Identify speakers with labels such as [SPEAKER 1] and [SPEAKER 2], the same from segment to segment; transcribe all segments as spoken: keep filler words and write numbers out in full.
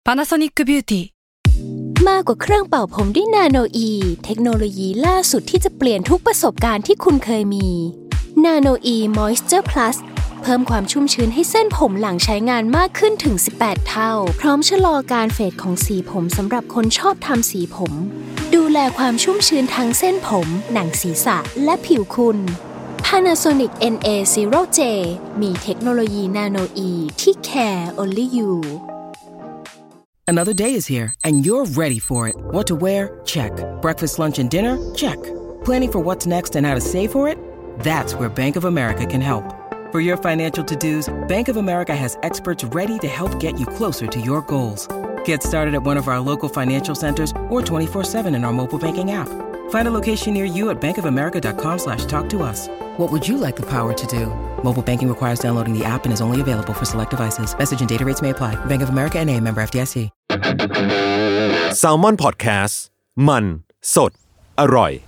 [SPEAKER 1] Panasonic Beauty
[SPEAKER 2] มากกว่าเครื่องเป่าผมด้วยนาโนอีเทคโนโลยีล่าสุดที่จะเปลี่ยนทุกประสบการณ์ที่คุณเคยมีนาโนอีมอยส์เจอร์พลัสเพิ่มความชุ่มชื้นให้เส้นผมหลังใช้งานมากขึ้นถึงสิบแปดเท่าพร้อมชะลอการเฟดของสีผมสำหรับคนชอบทำสีผมดูแลความชุ่มชื้นทั้งเส้นผมหนังศีรษะและผิวคุณ Panasonic เอ็น เอ ศูนย์ เจ มีเทคโนโลยีนาโนอีที่ care only you
[SPEAKER 3] Another day is here, and you're ready for it. What to wear? Check. Breakfast, lunch, and dinner? Check. Planning for what's next and how to save for it? That's where Bank of America can help. For your financial to-dos, Bank of America has experts ready to help get you closer to your goals. Get started at one of our local financial centers or twenty-four seven in our mobile banking app. Find a location near you at bankofamerica.com slash talk to us. What would you like the power to do? Mobile banking requires downloading the app and is only available for select devices. Message and data rates may apply. Bank of America N A, member เอฟ ดี เอส ซี
[SPEAKER 4] Salmon Podcast มันสดอร่อย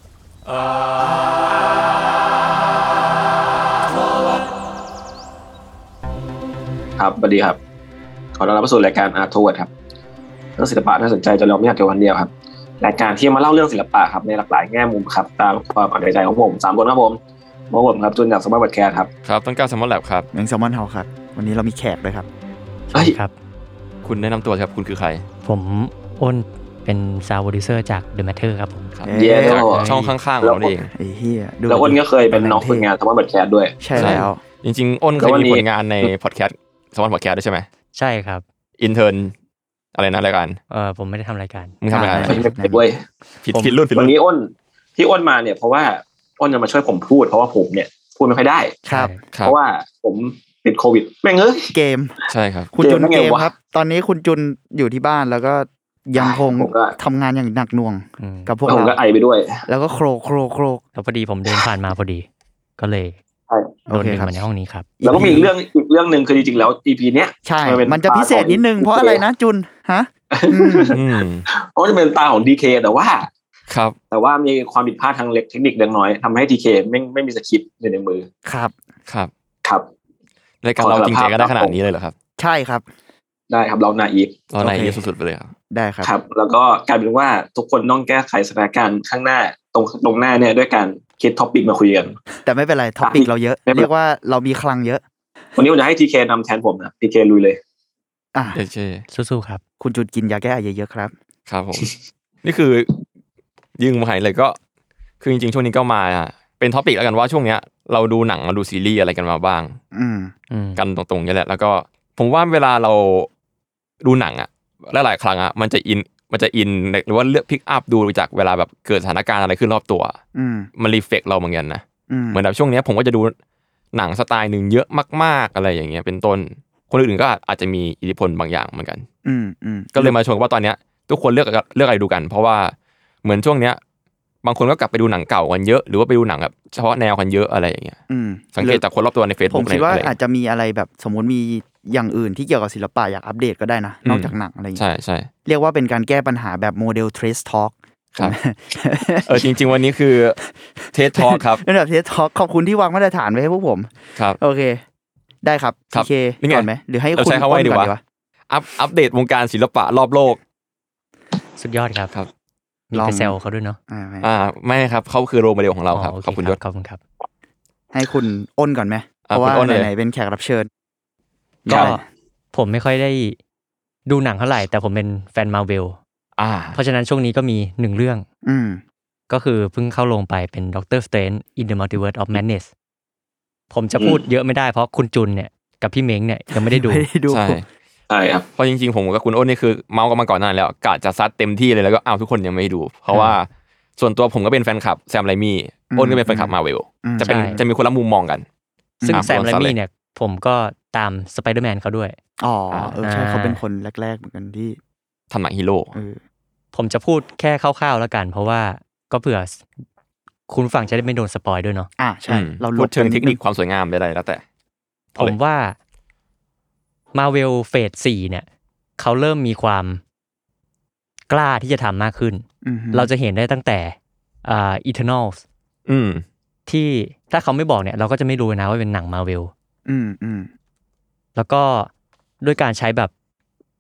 [SPEAKER 5] ครับสวัสดีครับขอต้อนรับเข้าสู่รายการ Art Towards ครับเรื่องศิลปะน่าสนใจจะยอมไม่อยากเกี่ยววันเดียวครับรายการที่มาเล่าเรื่องศิลปะครับในหลากหลายแง่มุมครับตามความอ่านใจของผมสามคนครับผมผมครับจุนจากสมัยบัตรแคร์ครับ
[SPEAKER 6] ครับต้นกล้าซัมมอนแลบครับ
[SPEAKER 7] แมงแซลมอนเฮาครับวันนี้เรามีแขกด้วยครับ
[SPEAKER 5] เฮ้ย
[SPEAKER 8] ครับ
[SPEAKER 6] คุณแนะนำตัวครับคุณคือใคร
[SPEAKER 8] ผมอ้นเป็นซาวด์โปรดิวเซอร์จาก The Matter ครับผม
[SPEAKER 6] ครับเย้ช่องข้างๆของเราเอง
[SPEAKER 7] ไอ้เหี้ย
[SPEAKER 5] แล้วอ้นก็เคยเป็นน้องฝึกงานสมัยบัตรแคร์ด้วย
[SPEAKER 7] ใช่แล้ว
[SPEAKER 6] จริงๆอ้นเคยมีผลงานในพอดแคสต์สมัยบัตรแคร์ด้วยใช่ไหม
[SPEAKER 8] ใช่ครับ
[SPEAKER 6] อินเทิร์นอะไรนะรายการ
[SPEAKER 8] เออผมไม่ได้ทำรายการ
[SPEAKER 6] มึงทำรายการ
[SPEAKER 5] ไม่ด้วย
[SPEAKER 6] ผิดผิดรุ่นผิดรุ่น
[SPEAKER 5] วันนี้อ้นที่อ้นมาเนี่ยเพราะว่าอ้นจะมาช่วยผมพูดเพราะว่าผมเนี่ยพูดไม่ค่อยได้
[SPEAKER 7] ครับ
[SPEAKER 5] เพราะว่าผมติดโควิดแม่งเอ้ย
[SPEAKER 7] เกม
[SPEAKER 6] ใช่ครับ
[SPEAKER 7] คุณจุนเกมครับตอนนี้คุณจุนอยู่ที่บ้านแล้วก็ยังคงทำงานอย่างหนักหน่วงกับพวกเรา
[SPEAKER 5] ผมก็ไอไปด้วย
[SPEAKER 7] แล้วก็โครโครโคร
[SPEAKER 8] แล้วพอดีผมเดินผ่านมาพอดีก็เลยโดนดึงมาในห้องนี้ครับ
[SPEAKER 5] แล้วก็มีเรื่องอีกเรื่องนึงคือจริงๆแล้ว อี พี เนี้ย
[SPEAKER 7] ใช่มันจะพิเศษนิดนึงเพราะอะไรนะจุนฮะ
[SPEAKER 5] เพราะจะเป็นตาของ ดี เค แต่ว่า
[SPEAKER 6] ครับ
[SPEAKER 5] แต่ว่ามีความผิดพลาดทางเทคนิคเล็กน้อยทำให้ ดี เค ไม่ไม่มีสคริปต์อยู่ในมือ
[SPEAKER 7] ครับ
[SPEAKER 6] ครับ
[SPEAKER 5] ครับ
[SPEAKER 6] รายการเราจริงใจก็ได้ขนาดนี้เลยเหรอครับ
[SPEAKER 7] ใช่ครับ
[SPEAKER 5] ได้ครับเรานาอีฟ
[SPEAKER 6] เรานาอีฟสุดๆไปเลยครับ
[SPEAKER 7] ได้ครับ
[SPEAKER 5] ครับแล้วก็กลายเป็นว่าทุกคนต้องแก้ไขสถานการณ์ข้างหน้าตรงตรงหน้าเนี่ยด้วยการคิดท็อปิกมาคุยกัน
[SPEAKER 7] แต่ไม่เป็นไรท็อปิกเราเยอะเรียกว่าเรามีคลังเยอะ
[SPEAKER 5] วันนี้ผมจะให้ ที เค นำแทนผมนะ ที เค ลุยเลย
[SPEAKER 7] อ่ะ
[SPEAKER 6] โอเค
[SPEAKER 8] สู้ๆครับ
[SPEAKER 7] คุณจุดกินยาแก้ไอเยอะๆครับ
[SPEAKER 6] ครับผมนี่คือยิงมาให้เลยก็คือจริงๆช่วงนี้ก็มาเป็นท็อปิกแล้วกันว่าช่วงเนี้ยเราดูหนังเราดูซีรีส์อะไรกันมาบ้าง
[SPEAKER 7] อืม
[SPEAKER 6] กันตรงๆนี่แหละแล้วก็ผมว่าเวลาเราดูหนังอ่ะหลายๆครั้งอ่ะมันจะอินมันจะอินหรือว่าเลือกพิกอัพดูจากเวลาแบบเกิดสถานการณ์อะไรขึ้นรอบตัวมันรีเฟล็กเราเหมือนกันนะเหมือนแบบช่วงนี้ผมก็จะดูหนังสไตล์นึงเยอะมากๆอะไรอย่างเงี้ยเป็นต้นคนอื่นๆก็อาจจะมีอิทธิพลบางอย่างเหมือนกันก็เลยมาชวนว่าตอนเนี้ยทุกคนเลือกเลือกอะไรดูกันเพราะว่าเหมือนช่วงเนี้ยบางคนก็กลับไปดูหนังเก่ากันเยอะหรือว่าไปดูหนังแบบเฉพาะแนวกันเยอะอะไรอย่างเงี้ยสังเกตจากคนรอบตัวใน Facebook
[SPEAKER 7] ผมคิดว่าอาจจะมีอะไรแบบสมมุติมีอย่างอื่นที่เกี่ยวกับศิลปะอยากอัปเดตก็ได้นะนอกจากหนังอะไรอย่างเงี้ย
[SPEAKER 6] ใช่
[SPEAKER 7] ๆเรียกว่าเป็นการแก้ปัญหาแบบโมเดล Trace Talk
[SPEAKER 6] ครับเออจริงๆวันนี้คือ Trace Talk ครับ
[SPEAKER 7] เป็นแบบ Trace Talk ขอบคุณที่วางมาตรฐานไว้ให้พวกผม
[SPEAKER 6] ครับ
[SPEAKER 7] โอเคได้ครับโอเคก่อนมั้ยหรือให้คุณ
[SPEAKER 6] ใช้คำว่าดีวะอัปอัปเดตวงการศิลปะรอบโลก
[SPEAKER 8] สุดยอดครับ
[SPEAKER 6] ครับ
[SPEAKER 8] มีไปแซวเขาด้วยเนาะ
[SPEAKER 6] อ่าไม่ครับเขาคือโรลโมเดลของเราครับขอบคุณยศ
[SPEAKER 8] ขอบคุณครับ
[SPEAKER 7] ให้คุณอ้นก่อนมั้ยเพราะว่าไหนๆเป็นแขกรับเชิญ
[SPEAKER 8] ก็ผมไม่ค่อยได้ดูหนังเท่าไหร่แต่ผมเป็นแฟน Marvel
[SPEAKER 6] อ่า
[SPEAKER 8] เพราะฉะนั้นช่วงนี้ก็มีหนึ่งเรื่อง
[SPEAKER 7] อืม
[SPEAKER 8] ก็คือเพิ่งเข้าโรงไปเป็น Doctor Strange in the Multiverse of Madness ผมจะพูดเยอะไม่ได้เพราะคุณจุนเนี่ยกับพี่เม้งเนี่ยยังไม่ได้ดู
[SPEAKER 6] ใช่
[SPEAKER 5] ใช่ครับ
[SPEAKER 6] เพราะจริงๆผมกับคุณอ้นนี่คือเมาส์กันมาก่อนนานแล้วกะจะซัดเต็มที่เลยแล้วก็อ้าวทุกคนยังไม่ดูเพราะว่าส่วนตัวผมก็เป็นแฟนคลับแซมไรมี่อ้นก็เป็นแฟนคลับ Marvel จะเป็นจะมีคนละมุมมองกัน
[SPEAKER 8] ซึ่งแซมไรมี่เนี่ยผมก็ตาม Spider-Man เขาด้วย
[SPEAKER 7] อ๋อเออใช่เขาเป็นคนแรกๆเหมือนกันที่
[SPEAKER 6] ทำหนังฮีโร่
[SPEAKER 8] ผมจะพูดแค่คร่าวๆแล้วกันเพราะว่าก็เผื่อคุณฟังจะได้ไม่โดนสปอยด้วยเนาะ
[SPEAKER 7] อ่าใช่
[SPEAKER 6] เราพูดเชิงเทคนิคความสวยงามได้แล้วแต่
[SPEAKER 8] ผมว่า Marvel Phase สี่เนี่ยเขาเริ่มมีความกล้าที่จะทำมากขึ้นเราจะเห็นได้ตั้งแต่อ่า Eternals
[SPEAKER 6] อืม
[SPEAKER 8] ที่ถ้าเขาไม่บอกเนี่ยเราก็จะไม่รู้นะว่าเป็นหนัง Marvel
[SPEAKER 7] อืมอืม
[SPEAKER 8] แล้วก็ด้วยการใช้แบบ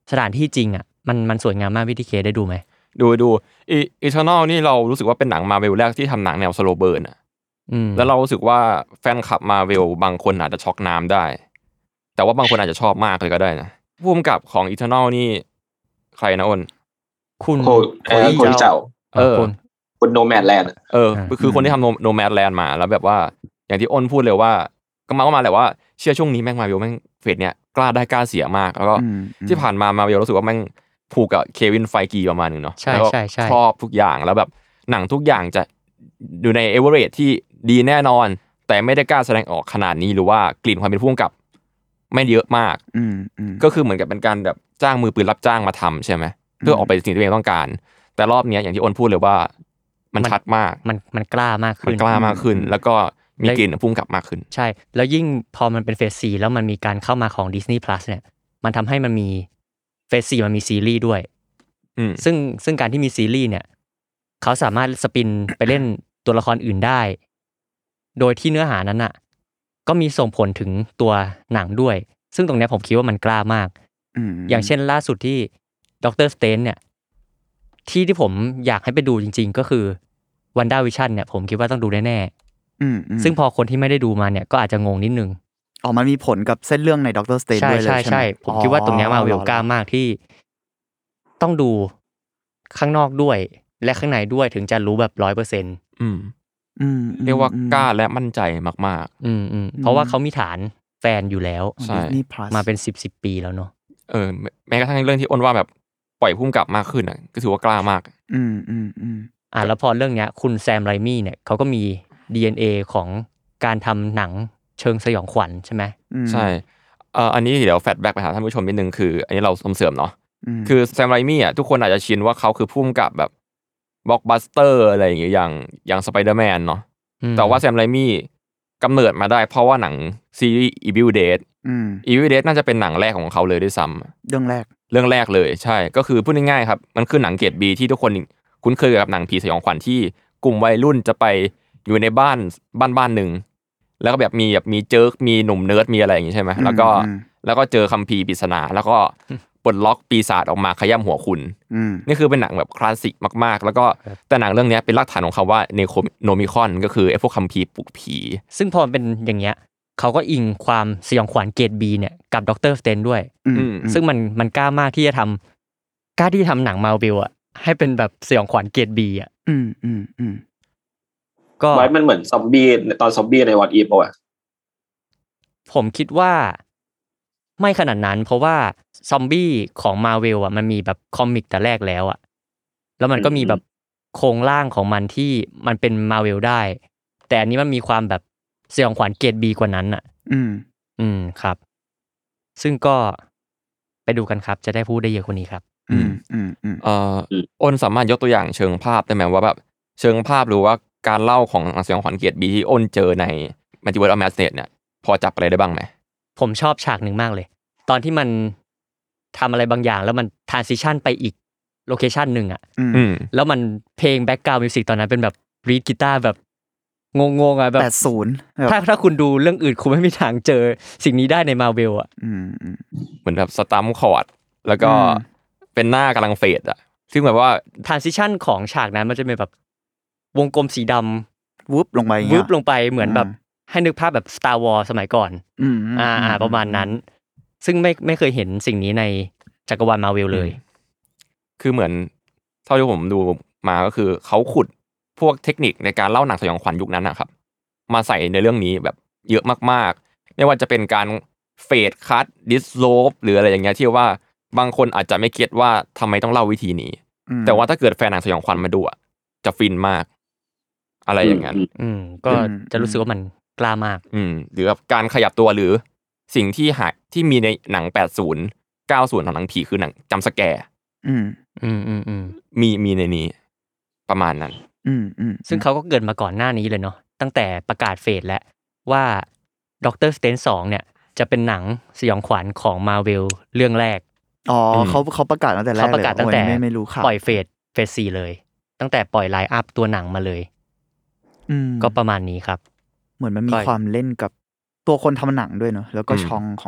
[SPEAKER 8] สถานที่จริงอ่ะมันมันสวยงามมากพี่ทีเคได้ดูไหม
[SPEAKER 6] ดูดูอีอีเทอร์นอลนี่เรารู้สึกว่าเป็นหนังมาเวลแรกที่ทำหนังแนวสโลว์เบิร์นอ่ะแล้วเรารู้สึกว่าแฟนคลับมาเวลบางคนอาจจะช็อกน้ำได้แต่ว่าบางคนอาจจะชอบมากเลยก็ได้นะผู้กำกับของอีเทอร์นอลนี่ใครนะอ้น
[SPEAKER 8] คุณ
[SPEAKER 5] โคคนเจ้า
[SPEAKER 6] เออ
[SPEAKER 5] คุณโนแมดแลนด์
[SPEAKER 6] เออคือคนที่ทำโนแมดแลนด์มาแล้วแบบว่าอย่างที่อ้นพูดเลยว่าก็มาก็มาแหละว่าเชื่อช่วงนี้แม่งมาเวลแม่งเฟสเนี้ยกล้าได้กล้าเสียมากแล้วก็ที่ผ่านมามาเวลรู้สึกว่าแม่งผูกกับเควินไฟกีประมาณนึงเนาะแล้วก็ชอบทุกอย่างแล้วแบบหนังทุกอย่างจะอยู่ในเอเวอเรจที่ดีแน่นอนแต่ไม่ได้กล้าแสดงออกขนาดนี้หรือว่ากลิ่นความเป็นผู้กำกับไม่เยอะมากก็คือเหมือนกับเป็นการแบบจ้างมือปืนรับจ้างมาทำใช่ไหมเพื่อออกไปสิ่งที่ตัวเองต้องการแต่รอบนี้อย่างที่อ้นพูดเลยว่ามันชัดมาก
[SPEAKER 8] มันมันกล้ามากขึ้น
[SPEAKER 6] มันกล้ามากขึ้นแล้วก็มีกลิ่นพุ่งกลับมากขึ้น
[SPEAKER 8] ใช่แล้วยิ่งพอมันเป็นเฟสสี่แล้วมันมีการเข้ามาของ Disney Plus เนี่ยมันทำให้มันมีเฟสสี่มันมีซีรีส์ด้วยซึ่งซึ่งการที่มีซีรีส์เนี่ยเขาสามารถสปินไปเล่นตัวละครอื่นได้โดยที่เนื้อหานั้นน่ะก็มีส่งผลถึงตัวหนังด้วยซึ่งตรงนี้ผมคิดว่ามันกล้ามากอย่างเช่นล่าสุดที่ด็อกเตอร์สเตนเนี่ยที่ที่ผมอยากให้ไปดูจริงๆก็คือ WandaVision เนี่ยผมคิดว่าต้องดูแน่ๆซึ่งพอคนที่ไม่ได้ดูมาเนี่ยก็อาจจะงงนิดนึง
[SPEAKER 7] อ๋อมันมีผลกับเส้นเรื่องในด็อกเตอร์สเตนด้วยเลยใช่ไหม
[SPEAKER 8] ใช่ๆผมคิดว่าตรงนี้มาเวลกล้ามากที่ต้องดูข้างนอกด้วยและข้างในด้วยถึงจะรู้แบบ ร้อยเปอร์เซ็นต์
[SPEAKER 6] อืมอืมเรียกว่ากล้าและมั่นใจมาก
[SPEAKER 8] ๆอืมๆเพราะว่าเขามีฐานแฟนอยู่แล้ว
[SPEAKER 6] ใช่
[SPEAKER 8] มาเป็นสิบ สิบปีแล้วเนาะ
[SPEAKER 6] เออแม้กระทั่งเรื่องที่อ้นว่าแบบปล่อยพุ่งกลับมากขึ้นอ่ะก็ถือว่ากล้ามาก
[SPEAKER 7] อืมอืมอืม
[SPEAKER 8] อ่าแล้วพอเรื่องเนี้ยคุณแซมไรมี่เนี่ยเขาก็มี ดี เอ็น เอ ของการทำหนังเชิงสยองขวัญใช่ไหม
[SPEAKER 6] ใช่เอ่ออันนี้เดี๋ยวแฟลชแบ็กไปหาท่านผู้ชมนิดนึงคืออันนี้เราเสริมเนาะคือแซมไรมี่อ่ะทุกคนอาจจะชินว่าเขาคือพุ่งกับแบบบล็อกบัสเตอร์อะไรอย่างเงี้ยอย่างอย่างสไปเดอร์แมนเนาะแต่ว่าแซมไรมี่กำเนิดมาได้เพราะว่าหนังซีรีส์ Evil Dead Evil Dead น่าจะเป็นหนังแรกของเขาเลยด้วยซ้
[SPEAKER 7] ำเรื่องแรก
[SPEAKER 6] เรื่องแรกเลยใช่ก็คือพูดง่ายๆครับมันคือหนังเกรด B ที่ทุกคนคุ้นเคยกับหนังผีสยองขวัญที่กลุ่มวัยรุ่นจะไปอยู่ในบ้านบ้านบ้านนึงแล้วก็แบบมีแบบมีเจิร์กมีหนุ่มเนิร์ดมีอะไรอย่างงี้ใช่มั้ยแล้วก็แล้วก็เจอคัมภีร์ปริศนาแล้วก็ปลดล็อกปีศาจออกมาขย้ำหัวคุณนี่คือเป็นหนังแบบคลาสสิกมากๆแล้วก็แต่หนังเรื่องนี้เป็นรากฐานของคำว่าเนโนมิคอนก็คือไอ้พวกคัมภีร์ปลุกผี
[SPEAKER 8] ซึ่งพอเป็นอย่างเงี้ยเขาก็อิงความสยองขวัญเกรด B เนี่ยกับด็อกเตอร์สเตนด้วยซึ่งมันมันกล้ามากที่จะทำกล้าที่จะทำหนังมาร์เวลอ่ะให้เป็นแบบสยองขวัญเกรด B อ่ะ
[SPEAKER 7] อืมอืมอืม
[SPEAKER 5] ก็ไว้มันเหมือนซอมบี้ตอนซอมบี้ใน What If ป่ะ
[SPEAKER 8] ผมคิดว่าไม่ขนาดนั้นเพราะว่าซอมบี้ของ Marvel อ่ะมันมีแบบคอมิกแต่แรกแล้วอ่ะแล้วมันก็มีแบบโครงร่างของมันที่มันเป็น Marvel ได้แต่อันนี้มันมีความแบบสยองขวัญเกรด B กว่านั้นอ่ะ
[SPEAKER 7] อืม
[SPEAKER 8] อืมครับซึ่งก็ไปดูกันครับจะได้พูดได้เยอะกว่านี้ครับ
[SPEAKER 7] อืมอืมอืม
[SPEAKER 6] เอ่ออ้นสามารถยกตัวอย่างเชิงภาพได้ไหมว่าแบบเชิงภาพหรือว่าการเล่าของสยองขวัญเกรด B ที่อ้นเจอใน Multiverse of Madness เนี่ยพอจับอะไรได้บ้างไหม
[SPEAKER 8] ผมชอบฉากหนึ่งมากเลยตอนที่มันทำอะไรบางอย่างแล้วมัน transition ไปอีกโลเคชั่นหนึ่งอ่ะแล้วมันเพลง background music ตอนนั้นเป็นแบบรีดกีตาร์แบบงงๆอ่ะแบบ
[SPEAKER 7] แปดสิบ
[SPEAKER 8] ถ้าถ้าคุณดูเรื่องอื่นคุณไม่มีทางเจอสิ่งนี้ได้ใน Marvel อ่ะ
[SPEAKER 6] เหมือนแบบสตัมป์คอร์ดแล้วก็เป็นหน้ากำลังเฟดอ่ะซึ่งแบบว่า
[SPEAKER 8] transition ของฉากนั้นมันจะเป็นแบบวงกลมสีด
[SPEAKER 7] ำวุบลงไป
[SPEAKER 8] วุบลงไปเหมือนแบบให้นึกภาพแบบ Star Wars สมัยก่อนอ่าๆประมาณนั้นซึ่งไม่ไม่เคยเห็นสิ่งนี้ในจักรวาล Marvel เลย
[SPEAKER 6] คือเหมือนเท่าที่ผมดูมาก็คือเขาขุดพวกเทคนิคในการเล่าหนังสยองขวัญยุคนั้นนะครับมาใส่ในเรื่องนี้แบบเยอะมากๆไม่ว่าจะเป็นการเฟดคัทดิสโลปหรืออะไรอย่างเงี้ยที่ว่าบางคนอาจจะไม่เก็ทว่าทำไมต้องเล่าวิธีนี้แต่ว่าถ้าเกิดแฟนหนังสยองขวัญมาดูอ่ะจะฟินมากอะไรอย่างนั้น
[SPEAKER 8] อืมก็จะรู้สึกว่ามันกล้ามาก
[SPEAKER 6] อืมหรือแบบการขยับตัวหรือสิ่งที่หายที่มีในหนังแปดสิบ เก้าสิบของหนังผีคือหนังจัมป์สแกร์
[SPEAKER 7] อืม
[SPEAKER 8] อืมอืม
[SPEAKER 6] ๆมีมีในนี้ประมาณนั้น
[SPEAKER 7] อืมอืม
[SPEAKER 8] ซึ่งเขาก็เกิดมาก่อนหน้านี้เลยเนาะตั้งแต่ประกาศเฟสแล้วว่าด็อกเตอร์สเตนสองเนี่ยจะเป็นหนังสยองขวัญของ Marvel เรื่องแรก
[SPEAKER 7] อ๋อเขาเขาประกาศตั้งแต่แรกเลย
[SPEAKER 8] เขาประกาศตั้งแต่
[SPEAKER 7] ไม่รู้ข่าว
[SPEAKER 8] ปล่อยเฟสเฟสสี่เลยตั้งแต่ปล่อยไลน์อัพตัวหนังมาเลย
[SPEAKER 7] อืม
[SPEAKER 8] ก็ประมาณนี้ครับ
[SPEAKER 7] เหมือนมันมีความเล่นกับตัวคนทำหนังด้วยเนาะแล้วก็ช่องของ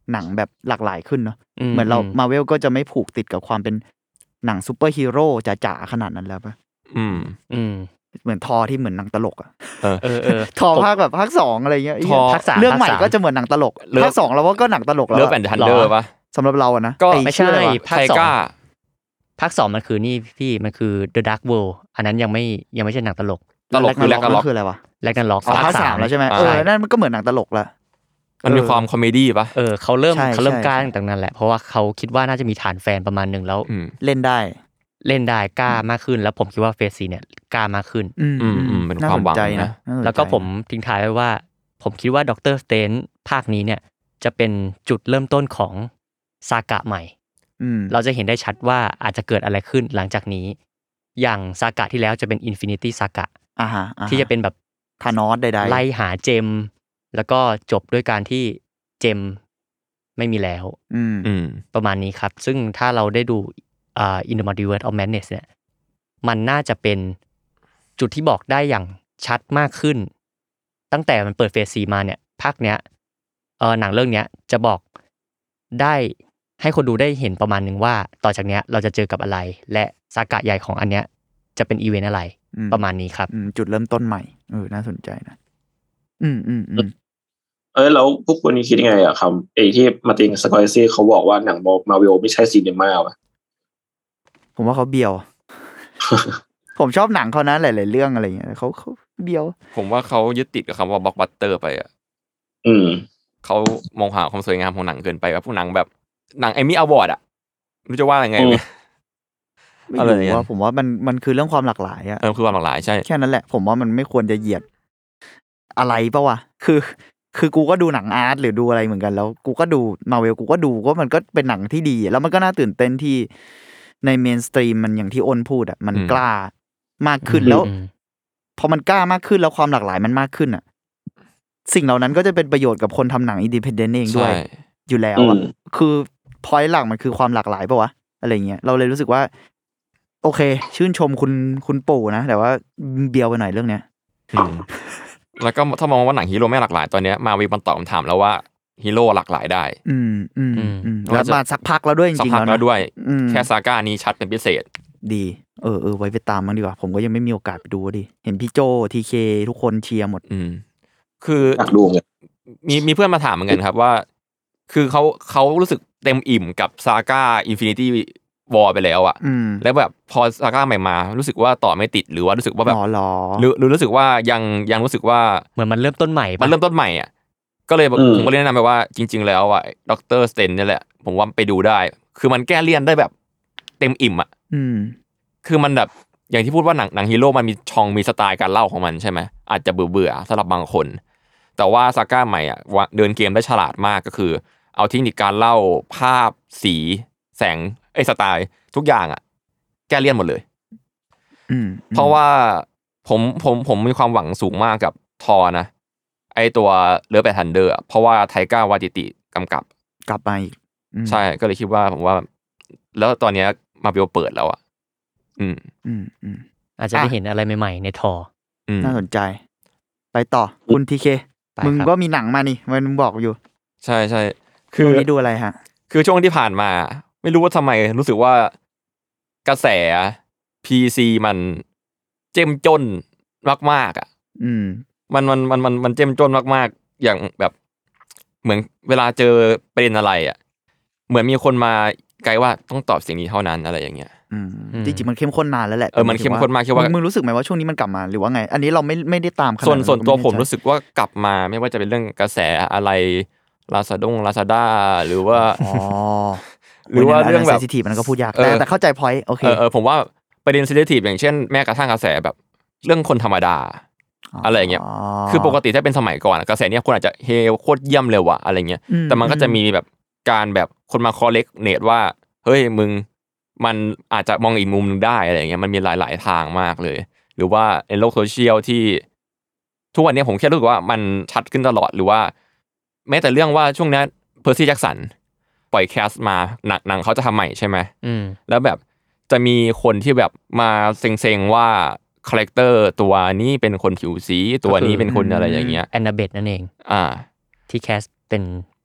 [SPEAKER 7] หนังแบบหลากหลายขึ้นเนาะเหมือนเรา Marvel ก็จะไม่ผูกติดกับความเป็นหนังซูเปอร์ฮีโร่จ๋าๆขนาดนั้นแล้วป่ะ
[SPEAKER 6] อืม
[SPEAKER 8] อืม
[SPEAKER 7] เหมือนทอที่เหมือนหนังตลกอ่ะ
[SPEAKER 6] เออ
[SPEAKER 7] เออทอภาคแบบภาคสองอะไรเงี้ย
[SPEAKER 8] ภาคสาม
[SPEAKER 7] เรื่องใหม่ก็จะเหมือนหนังตลกภาคสองเราว่าก็หนังตลกแล้ว
[SPEAKER 6] เลิฟแอนด์ทันเดอร์ป่ะ
[SPEAKER 7] สำหรับเราอะนะ
[SPEAKER 8] ก็ไม่ใช่ภาคสองภาคสองมันคือนี่พี่มันคือ The Dark World อันนั้นยังไม่ยังไม่ใช่หนังตลก
[SPEAKER 6] ตลกคือแรกกันล็อก
[SPEAKER 7] คืออะไรวะ
[SPEAKER 8] แรกกันล็อก
[SPEAKER 7] ภาคสามแล้วใช่ไหมเออนั่นมันก็เหมือนหนังตลกละ
[SPEAKER 6] มันมีความคอมเมดี้ป่ะ
[SPEAKER 8] เออเขาเริ่มเขาเริ่มกล้าตั้งแต่นั้นแหละเพราะว่าเขาคิดว่าน่าจะมีฐานแฟนประมาณนึงแล้ว
[SPEAKER 7] เล่นได้
[SPEAKER 8] เล่นได้กล้ามากขึ้นแล้วผมคิดว่าเฟสซีเนี่ยกล้ามากขึ้น
[SPEAKER 6] อืมอืมเป็นความหวังนะ
[SPEAKER 8] แล้วก็ผมทิ้งท้ายไว้ว่าผมคิดว่าด็อกเตอร์สเตนภาคนี้เนี่ยจะเป็นจุดเริ่มต้นของซากะใหม่เราจะเห็นได้ชัดว่าอาจจะเกิดอะไรขึ้นหลังจากนี้อย่างซากะที่แล้วจะเป็นอินฟินิตี้ซากะที่จะเป็นแบบ
[SPEAKER 7] ธานอสใดๆ
[SPEAKER 8] ไล่หาเจมแล้วก็จบด้วยการที่เจมไม่มีแล้วประมาณนี้ครับซึ่งถ้าเราได้ดูอ่า In the Multiverse of Madness เนี่ยมันน่าจะเป็นจุดที่บอกได้อย่างชัดมากขึ้นตั้งแต่มันเปิดเฟสสี่มาเนี่ยภาคเนี้ยเออหนังเรื่องเนี้ยจะบอกได้ให้คนดูได้เห็นประมาณนึงว่าต่อจากเนี้ยเราจะเจอกับอะไรและซากะใหญ่ของอันเนี้ยจะเป็นอีเวนต์อะไรประมาณนี้ครับ
[SPEAKER 7] จุดเริ่มต้นใหม่เออน่าสนใจนะอืมอืมอืม
[SPEAKER 5] เออแล้วพวกคุณคิดยังไงอะครับไอ้ที่มาร์ตินสกอร์เซซีเขาบอกว่าหนังมาร์เวลไม่ใช่ซีนีม่าวะ
[SPEAKER 7] ผมว่าเขาเบียว ผมชอบหนังเขานะหลายๆเรื่องอะไรเงี้ยเขาเขาเบียว
[SPEAKER 6] ผมว่าเขายึดติดกับคำว่าบล็อกบัสเตอร์ไปอ่ะ
[SPEAKER 5] อืม
[SPEAKER 6] เขามองหาความสวยงามของหนังเกินไปแบบพวกหนังแบบหนังเอมี่อวอร์ดอ่ะไม่รู้จะว่ายังไงเลย
[SPEAKER 7] ไม่รู้ว่าผมว่ามันมันคือเรื่องความหลากหลายอ่ะ
[SPEAKER 6] เออคือความหลากหลายใช่
[SPEAKER 7] แค่นั้นแหละผมว่ามันไม่ควรจะเหยียดอะไรป่ะวะคือคือกูก็ดูหนังอาร์ตหรือดูอะไรเหมือนกันแล้วกูก็ดูมาร์เวลกูก็ดูก็มันก็เป็นหนังที่ดีแล้วมันก็น่าตื่นเต้นที่ในเมนสตรีมมันอย่างที่อ้นพูดอ่ะมันกล้ามากขึ้นแล้วพอมันกล้ามากขึ้นแล้วความหลากหลายมันมากขึ้นอ่ะสิ่งเหล่านั้นก็จะเป็นประโยชน์กับคนทำหนังอินดิเพนเดนต์เองด้วยอยู่แล้วอ่ะคือพอยต์หลักมันคือความหลากหลายป่ะวะอะไรเงี้ยเราเลยรู้สึกว่าโอเคชื่นชมคุณคุณปู่นะแต่ว่าเบียวไปหน่อยเรื่องเนี้ย
[SPEAKER 6] แล้วก็ถ้ามองว่าหนังฮีโร่ไม่หลากหลายตอนนี้มาวีมันตอบคำถามแล้วว่าฮีโร่หลากหลายได้
[SPEAKER 7] อืมอืมอืมแล้วมาสักพักแล้วด้วยจริงๆแล้ว
[SPEAKER 6] นะด้วยแค่ซาก้านี้ชัดเป็นพิเศษ
[SPEAKER 7] ดีเออเออไว้ไปตามมั้งดีกว่าผมก็ยังไม่มีโอกาสไปดูดิเห็นพี่โจทีเคทุกคนเชียร์หมด
[SPEAKER 6] อืมคือ
[SPEAKER 5] อยากดูเลย
[SPEAKER 6] มีมีเพื่อนมาถามเหมือนกันครับว่าคือเขาเขารู้สึกเต็มอิ่มกับซาก้าอินฟินิตี้วอร์ไปแล้วอ่ะแล้วแบบพอซาก้าใหม่มารู้สึกว่าต่อไม่ติดหรือว่ารู้สึกว่าแบบหรือหรือรู้สึกว่ายังยังรู้สึกว่า
[SPEAKER 8] เหมือนมันเริ่มต้นใหม่
[SPEAKER 6] มันเริ่มต้นใหม่อ่ะก็เลยผมก็เลยแนะนำไปว่าจริงๆแล้วอ่ะด็อกเตอร์สเตนนี่แหละผมว่าไปดูได้คือมันแก้เลี่ยนได้แบบเต็มอิ่มอ่ะคือมันแบบอย่างที่พูดว่าหนังหนังฮีโร่มันมีช่องมีสไตล์การเล่าของมันใช่ไหมอาจจะเบื่อเบื่อสำหรับบางคนแต่ว่าซาก้าใหม่อ่ะเดินเกมได้ฉลาดมากก็คือเอาเทคนิคการเล่าภาพสีแสงไอ้สไตล์ทุกอย่างอ่ะแก้เลี่ยนหมดเลยเพราะว่าผมผมผมมีความหวังสูงมากกับทอนะไอตัวเลิฟแอนด์ทันเดอร์เพราะว่าไทก้าวาติติกำกับ
[SPEAKER 7] กลับมาอีก
[SPEAKER 6] ใช่ก็เลยคิดว่าผมว่าแล้วตอนนี้มาวิโอเปิดแล้วอ่ะอืม
[SPEAKER 7] อืมอืม
[SPEAKER 8] อาจจะได้เห็นอะไรใหม่ๆในทอ
[SPEAKER 7] น่าสนใจไปต่อคุณทีเคมึงก็มีหนังมานี่มึงบอกอยู่
[SPEAKER 6] ใช่ใช่
[SPEAKER 7] คือนี่ดูอะไรฮะ
[SPEAKER 6] คือช่วงที่ผ่านมาไม่รู้ว่าทำไมรู้สึกว่ากระแส พี ซี มันเจ้มจนมากๆอ่ะ
[SPEAKER 7] อืม
[SPEAKER 6] มันมันมันมันมันเจ้มจนมากๆอย่างแบบเหมือนเวลาเจอประเด็นอะไรอ่ะเหมือนมีคนมาไกด์ว่าต้องตอบสิ่งนี้เท่านั้นอะไรอย่างเงี้ย
[SPEAKER 7] อืมจริงๆมันเข้มข้นนานแล้วแหละ
[SPEAKER 6] เออมันเข้มข้นมากคิดว่า
[SPEAKER 7] มึงรู้สึกไหมว่าช่วงนี้มันกลับมาหรือว่าไงอันนี้เราไม่ไม่ได้ตามขนาด
[SPEAKER 6] ส่วนส่วนตัวผมรู้สึกว่ากลับมาไม่ว่าจะเป็นเรื่องกระแสอะไรLazada Lazada หรือว่า
[SPEAKER 7] อ๋อ
[SPEAKER 6] หรือว่าเรื่องแบบ
[SPEAKER 7] sensitive มันก็พูดยากแต่แต่เข้าใจ point โอเค
[SPEAKER 6] เออผมว่าประเด็น sensitive อย่างเช่นแม้กระทั่งกระแสแบบเรื่องคนธรรมดาอะไรอย่างเงี้ยคือปกติถ้าเป็นสมัยก่อนกระแสเนี้ยคนอาจจะเฮโคตรเยี่ยมเลยว่ะอะไรเงี้ยแต่มันก็จะมีแบบการแบบคนมา correct เนตว่าเฮ้ยมึงมันอาจจะมองอีกมุมนึงได้อะไรอย่างเงี้ยมันมีหลายๆทางมากเลยหรือว่าในโลกโซเชียลที่ทุกวันนี้ผมแค่รู้สึกว่ามันชัดขึ้นตลอดหรือว่าแม้แต่เรื่องว่าช่วงนี้เพอร์ซี่แจ็คสันปล่อยแคสมาหนังหนังเขาจะทำใหม่ใช่ไหมแล้วแบบจะมีคนที่แบบมาเซ็งๆว่าคาแรคเตอร์ตัวนี้เป็นคนผิวสีตัวนี้เป็นคนอะไรอย่างเงี้ย
[SPEAKER 8] แอนนาเบธนั่นเอง
[SPEAKER 6] อ่า
[SPEAKER 8] ที่แคสเป็น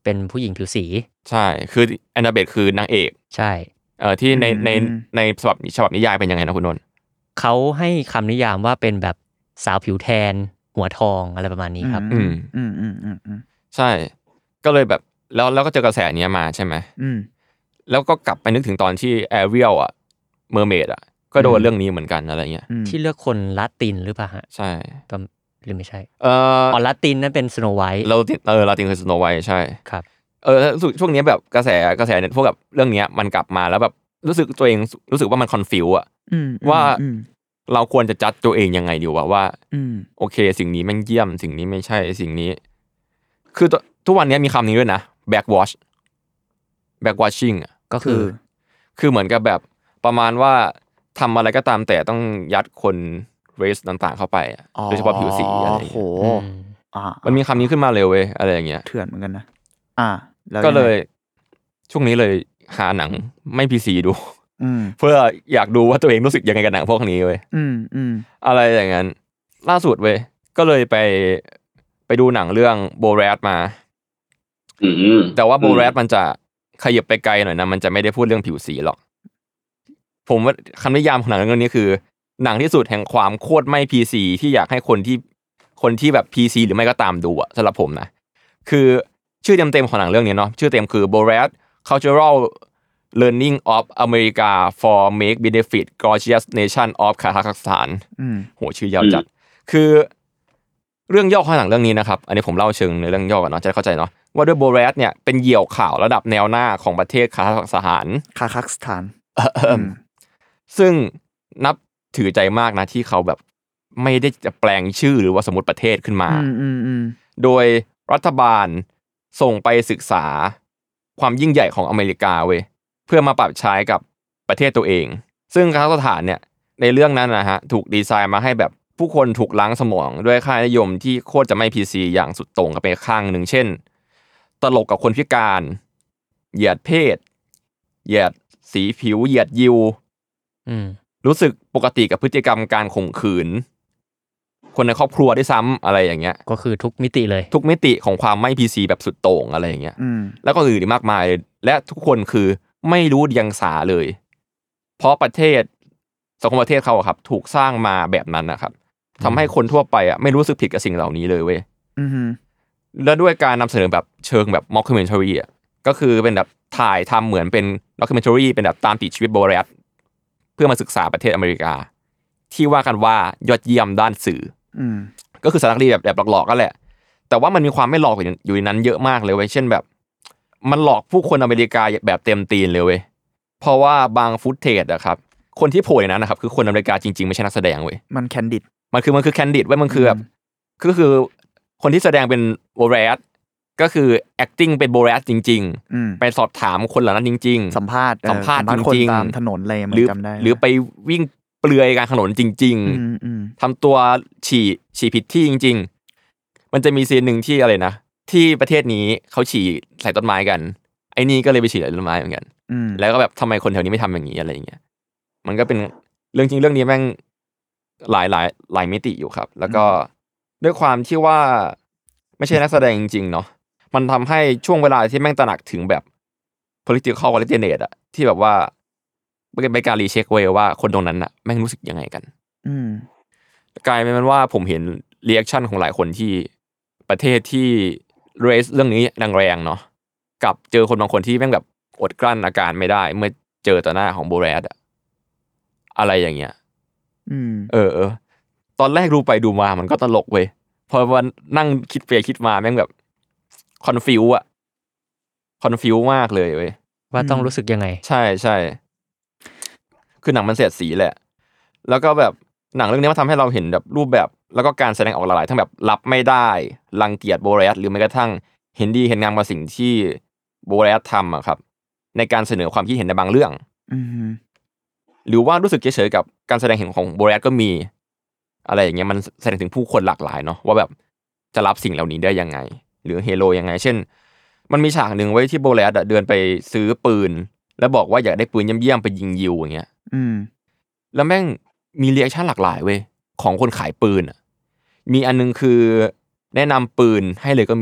[SPEAKER 8] เป็นผู้หญิงผิวสี
[SPEAKER 6] ใช่คือแอนนาเบธคือนางเอก
[SPEAKER 8] ใช่
[SPEAKER 6] เอ่อที่ในในในฉบับฉบับนิยายเป็นยังไงนะคุณนนท์
[SPEAKER 8] เขาให้คำนิยามว่าเป็นแบบสาวผิวแทนหัวทองอะไรประมาณนี้ครับ
[SPEAKER 6] อืม
[SPEAKER 7] อืมอืมอืมอืม
[SPEAKER 6] ใช่ก็เลยแบบแล้วแล้วก็เจอกระแสนี้มาใช่ไหม
[SPEAKER 7] อืม
[SPEAKER 6] แล้วก็กลับไปนึกถึงตอนที่แอเรียลอ่ะเมอร์เมดอ่ะก็โดนเรื่องนี้เหมือนกันอะไรเงี้ย
[SPEAKER 8] ที่เลือกคนลาตินหรือเปล่าฮะ
[SPEAKER 6] ใช่
[SPEAKER 8] หรือไม่ใช่
[SPEAKER 6] เอ่อ
[SPEAKER 8] อ๋อลาตินนั่นเป็นสโนไวท์
[SPEAKER 6] เราเออลาตินคือสโนไวท์ใช่
[SPEAKER 8] ครับ
[SPEAKER 6] เออช่วงนี้แบบกระแสกระแสเนี่ยพวกแบบเรื่องนี้มันกลับมาแล้วแบบรู้สึกตัวเองรู้สึกว่ามันคอนฟิวอะว่าเราควรจะจัดตัวเองยังไงดีวะว่าโอเคสิ่งนี้แม่งเยี่ยมสิ่งนี้ไม่ใช่สิ่งนี้คือทุกวันนี้มีคำนี้ด้วยนะ backwatch backwatching อ่ะ
[SPEAKER 8] ก็คือ
[SPEAKER 6] คือเหมือนกับแบบประมาณว่าทำอะไรก็ตามแต่ต้องยัดคนเรสต่างๆเข้าไปโดยเฉพาะผิวสีอะไรอย่างเงี้ยมันมีคำนี้ขึ้นมาเร็วเว้ยอะไรอย่างเงี้ย
[SPEAKER 7] เถื่อนเหมือนกันนะอ่า
[SPEAKER 6] ก็เลยช่วงนี้เลยหาหนังไม่พีซีดูเพื่ออยากดูว่าตัวเองรู้สึกยังไงกับหนังพวกนี้เว้ยอะไรอย่างนั้นล่าสุดเว้ยก็เลยไปไปดูหนังเรื่องโบแรดมาแต่ว่าโบแรดมันจะขยับไปไกลหน่อยนะมันจะไม่ได้พูดเรื่องผิวสีหรอกผมว่าคำนิยามของหนังเรื่องนี้คือหนังที่สุดแห่งความโคตรไม่ พี ซี ที่อยากให้คนที่คนที่แบบ พี ซี หรือไม่ก็ตามดูอะสำหรับผมนะคือชื่อเต็มๆของหนังเรื่องนี้เนาะชื่อเต็มคือ Borat Cultural Learning of America for Make Benefit Gorgeous Nation of Kazakhstan โหชื่อยาวจัดคือเรื่องย่อของหนังเรื่องนี้นะครับอันนี้ผมเล่าเชิงในเรื่องย่อก่อนเนาะจะเข้าใจเนาะว่าด้วย Borat เนี่ยเป็นเหยี่ยวข่าวระดับแนวหน้าของประเทศคาซัคสถาน
[SPEAKER 7] คาซัคสถาน
[SPEAKER 6] ซึ่งนับถือใจมากนะที่เขาแบบไม่ได้จะแปลงชื่อหรือว่าสมมติประเทศขึ้นมาโดยรัฐบาลส่งไปศึกษาความยิ่งใหญ่ของอเมริกาเว้ยเพื่อมาปรับใช้กับประเทศตัวเองซึ่งคาซัคสถานเนี่ยในเรื่องนั้นนะฮะถูกดีไซน์มาให้แบบผู้คนถูกล้างสมองด้วยค่านิยมที่โคตรจะไม่ พี ซี อย่างสุดโต่งกับไปข้างหนึ่งเช่นตลกกับคนพิการเหยียดเพศเหยียดสีผิวเหยียดยิวรู้สึกปกติกับพฤติกรรมการข่มขืนคนในครอบครัวได้ซ้ำอะไรอย่างเงี้ย
[SPEAKER 8] ก็คือทุกมิติเลย
[SPEAKER 6] ทุกมิติของความไม่ พี ซี แบบสุดโต่งอะไรอย่างเงี้ยแล้วก็อื่นอีกมากมายและทุกคนคือไม่รู้เดียงสาเลยเพราะประเทศสังคมประเทศเขาครับถูกสร้างมาแบบนั้นนะครับทำให้คนทั่วไปอ่ะไม่รู้สึกผิดกับสิ่งเหล่านี้เลยเว้ยแล้วด้วยการนำเสนอแบบเชิงแบบ mockumentary อ่ะก็คือเป็นแบบถ่ายทำเหมือนเป็น documentary เป็นแบบตามติดชีวิตโบแรดเพื่อมาศึกษาประเทศอเมริกาที่ว่ากันว่ายอดเยี่ยมด้านสื่อก็คือสารคดีแบบแบบหลอกๆก็แหละแต่ว่ามันมีความไม่หลอกอยู่ในนั้นเยอะมากเลยเว้ยเช่นแบบมันหลอกผู้คนอเมริกาแบบเต็มตีนเลยเว้ยเพราะว่าบางฟุตเทจอะครับคนที่โผล่ในนั้นนะครับคือคนอเมริกาจริงๆไม่ใช่นักแสดงเว้ย
[SPEAKER 7] มันแคนดิด
[SPEAKER 6] มันคือมันคือแคนดิดเว้ยมันคือแบบก็คือคนที่แสดงเป็นโบแรดก็คือ acting เป็นโบแรดจริงๆไปสอบถามคนเหล่านั้นจริง
[SPEAKER 7] ๆสัมภาษณ์
[SPEAKER 6] สัมภาษณ์จริง
[SPEAKER 7] ๆตามถนนอะไรมันจำได้
[SPEAKER 6] หรือไปวิ่งเปลือยกลางถนนจริงๆทำตัวฉี่ฉี่ผิดที่จริงๆมันจะมีซีนหนึ่งที่อะไรนะที่ประเทศนี้เขาฉี่ใส่ต้นไม้กันไอ้นี่ก็เลยไปฉี่ใส่ต้นไม้เหมือนกันแล้วก็แบบทำไมคนแถวนี้ไม่ทำอย่างนี้อะไรอย่างเงี้ยมันก็เป็นเรื่องจริงเรื่องนี้แม่งหลายหลายหลายมิติอยู่ครับแล้วก็ด้วยความที่ว่าไม่ใช่นักแสดงจริงๆเนาะมันทำให้ช่วงเวลาที่แม่งตระหนักถึงแบบ political correctness อะที่แบบว่าเป็นการรีเช็คเว้ยว่าคนตรงนั้นน่ะแม่งรู้สึกยังไงกันกลายเป็นว่าผมเห็นรีแอคชั่นของหลายคนที่ประเทศที่เรสเรื่องนี้แรงๆเนาะกับเจอคนบางคนที่แม่งแบบอดกลั้นอาการไม่ได้เมื่อเจอต่อหน้าของโบแรดอะอะไรอย่างเงี้ยเออเออตอนแรกดูไปดูมามันก็ตลกเว้ยพอวันนั่งคิดไปคิดมาแม่งแบบคอนฟิวอะคอนฟิวมากเลยเว้ย
[SPEAKER 8] ว่าต้องรู้สึกยังไง
[SPEAKER 6] ใช่ใช่คือหนังมันเสียดสีแหละแล้วก็แบบหนังเรื่องนี้มันทำให้เราเห็นแบบรูปแบบแล้วก็การแสดงออกหลายๆทั้งแบบรับไม่ได้รังเกียจโบแรดหรือแม้กระทั่งเห็นดีเห็นงามกับสิ่งที่โบแรดทำอะครับในการเสนอความคิดเห็นในบางเรื่องหรือว่ารู้สึกเฉยๆกับการแสดงเห็นของโบแรดก็มีอะไรอย่างเงี้ยมันแสดงถึงผู้คนหลากหลายเนาะว่าแบบจะรับสิ่งเหล่านี้ได้ยังไงหรือเฮโร่ยังไงเช่นมันมีฉากหนึ่งไว้ที่โบแรดเดินไปซื้อปืนแล้วบอกว่าอยากได้ปืนเยี่ยมๆไปยิงยิวอย่างเงี้ยแล้วแม่งมีรีแอคชั่นหลากหลายเว้ยของคนขายปืนอ่ะมีอันนึงคือแนะนำปืนให้เลยก็มี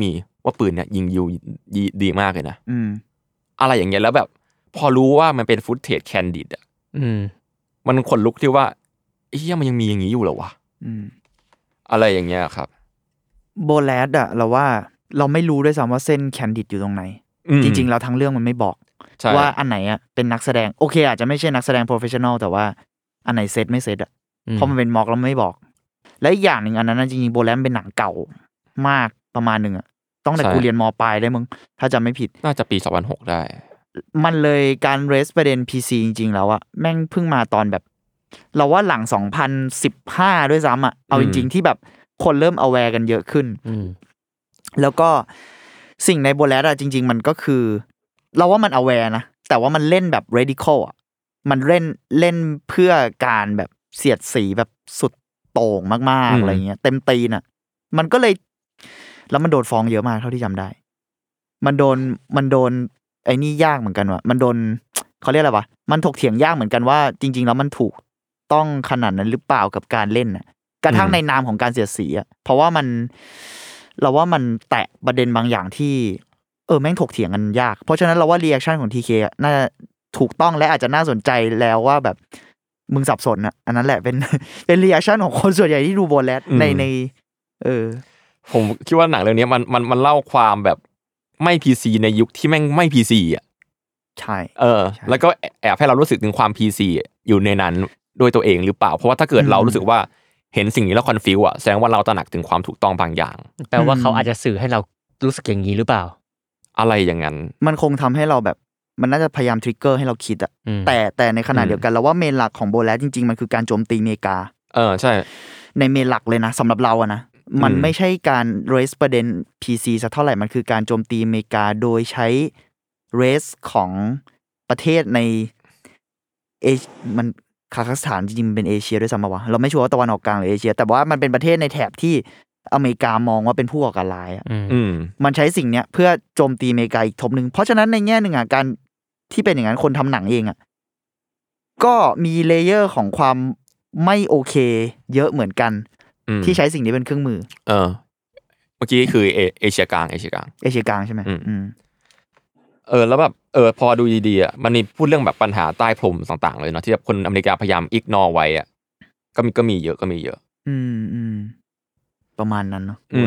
[SPEAKER 6] ว่าปืนเนี่ยยิงยิวดีมากเลยนะ
[SPEAKER 7] อืม
[SPEAKER 6] อะไรอย่างเงี้ยแล้วแบบพอรู้ว่ามันเป็นฟุตเทจแคนดิดอ่ะ
[SPEAKER 8] อืม
[SPEAKER 6] มันขนลุกที่ว่าเฮ้ยมันยังมีอย่างนี้อยู่เหรอวะ
[SPEAKER 7] อืม
[SPEAKER 6] อะไรอย่างเงี้ยครับ
[SPEAKER 7] โบแลดอะเราว่าเราไม่รู้ด้วยซ้ำว่าเส้นแคนดิดอยู่ตรงไหนจริงๆแล้วทั้งเรื่องมันไม่บอกว่าอันไหนอะเป็นนักแสดงโอเคอาจจะไม่ใช่นักแสดงโปรเฟชชั่นอลแต่ว่าอันไหนเซตไม่เซตอะเพราะมันเป็นม็อกแล้วไม่บอกและอีกอย่างหนึ่งอันนั้นจริงๆโบแลดเป็นหนังเก่ามากประมาณหนึ่งอะต้องแต่กูเรียนม.ปลายได้มึงถ้าจำไม่ผิด
[SPEAKER 6] น่าจะปีสองพันหกได้
[SPEAKER 7] มันเลยการเรสประเด็น พี ซี จริงๆแล้วอะแม่งเพิ่งมาตอนแบบเราว่าหลังสองพันสิบห้าด้วยซ้ำอะเอาจริงๆที่แบบคนเริ่ม aware กันเยอะขึ้นแล้วก็สิ่งในโบแลดอะจริงๆมันก็คือเราว่ามัน aware นะแต่ว่ามันเล่นแบบ radical อะมันเล่นเล่นเพื่อการแบบเสียดสีแบบสุดโต่งมากๆอะไรเงี้ยเต็มตีนอะมันก็เลยแล้วมันโดนฟ้องเยอะมากเท่าที่จำได้มันโดนมันโดนไอ้นี่ยากเหมือนกันว่ะมันโดนเขาเรียกอะไรวะมันถกเถียงยากเหมือนกันว่าจริงๆแล้วมันถูกต้องขนาดนั้นหรือเปล่ากับการเล่นน่ะกระทั่งในนามของการเสียดสีอ่ะเพราะว่ามันเราว่ามันแตะประเด็นบางอย่างที่เออแม่งถกเถียงกันยากเพราะฉะนั้นเราว่ารีแอคชั่นของ ที เค อ่ะน่าถูกต้องและอาจจะน่าสนใจแล้วว่าแบบมึงสับสนอ่ะอันนั้นแหละเป็นเป็นรีแอคชั่นของคนส่วนใหญ่ที่ดูโบแลดในในเออ
[SPEAKER 6] ผมคิดว่าหนังเรื่องนี้มันมันมันเล่าความแบบไม่ พี ซี ในยุคที่แม่งไม่ พี ซี อ่ะ
[SPEAKER 7] ใช่
[SPEAKER 6] เออแล้วก็แอบให้เรารู้สึกถึงความ พี ซี อยู่ในนั้นโดยตัวเองหรือเปล่าเพราะว่าถ้าเกิดเรารู้สึกว่าเห็นสิ่งนี้แล้วคอนฟิวอ่ะแสดงว่าเราตระหนักถึงความถูกต้องบางอย่าง
[SPEAKER 8] แปลว่าเขาอาจจะสื่อให้เรารู้สึกอย่างนี้หรือเปล่า
[SPEAKER 6] อะไรอย่างนั้น
[SPEAKER 7] มันคงทำให้เราแบบมันน่าจะพยายามทริกเกอร์ให้เราคิดอ่ะแต่แต่ในขณะเดียวกันเราว่าเมนหลักของโบแลดจริงๆมันคือการโจมตีอเมริกา
[SPEAKER 6] เออใช่
[SPEAKER 7] ในเมนหลักเลยนะสำหรับเราอะนะมันไม่ใช่การเรสประเด็น พี ซี สักเท่าไหร่มันคือการโจมตีอเมริกาโดยใช้เรสของประเทศในเอมันคาซัคสถานจริงๆเป็นเอเชียด้วยซ้ำป่ะวะเราไม่ชัวร์ว่าตะวันออกกลางหรือเอเชียแต่ว่ามันเป็นประเทศในแถบที่อเมริกามองว่าเป็นผู้ก่อการร้ายอ่ะมันใช้สิ่งเนี้ยเพื่อโจมตีอเมริกาอีกทบนึงเพราะฉะนั้นในแง่นึงอ่ะการที่เป็นอย่างนั้นคนทำหนังเองอ่ะก็มีเลเยอร์ของความไม่โอเคเยอะเหมือนกันที่ใช้สิ่งนี้เป็นเครื่องมือ
[SPEAKER 6] เออเมื่อกี้คือเอเชียกลางเอเชียกลาง
[SPEAKER 7] เอเชียกลางใช่ไหมอืม
[SPEAKER 6] เออแล้วแบบเออพอดูดีๆอ่ะมันมีพูดเรื่องแบบปัญหาใต้พรมต่างๆเลยเนาะที่แบบคนอเมริกาพยายามอิกนอร์ไว้อ่ะก็มีก็มีเยอะก็มีเยอะ
[SPEAKER 7] อืมอืมประมาณนั้นเนาะ
[SPEAKER 6] อืม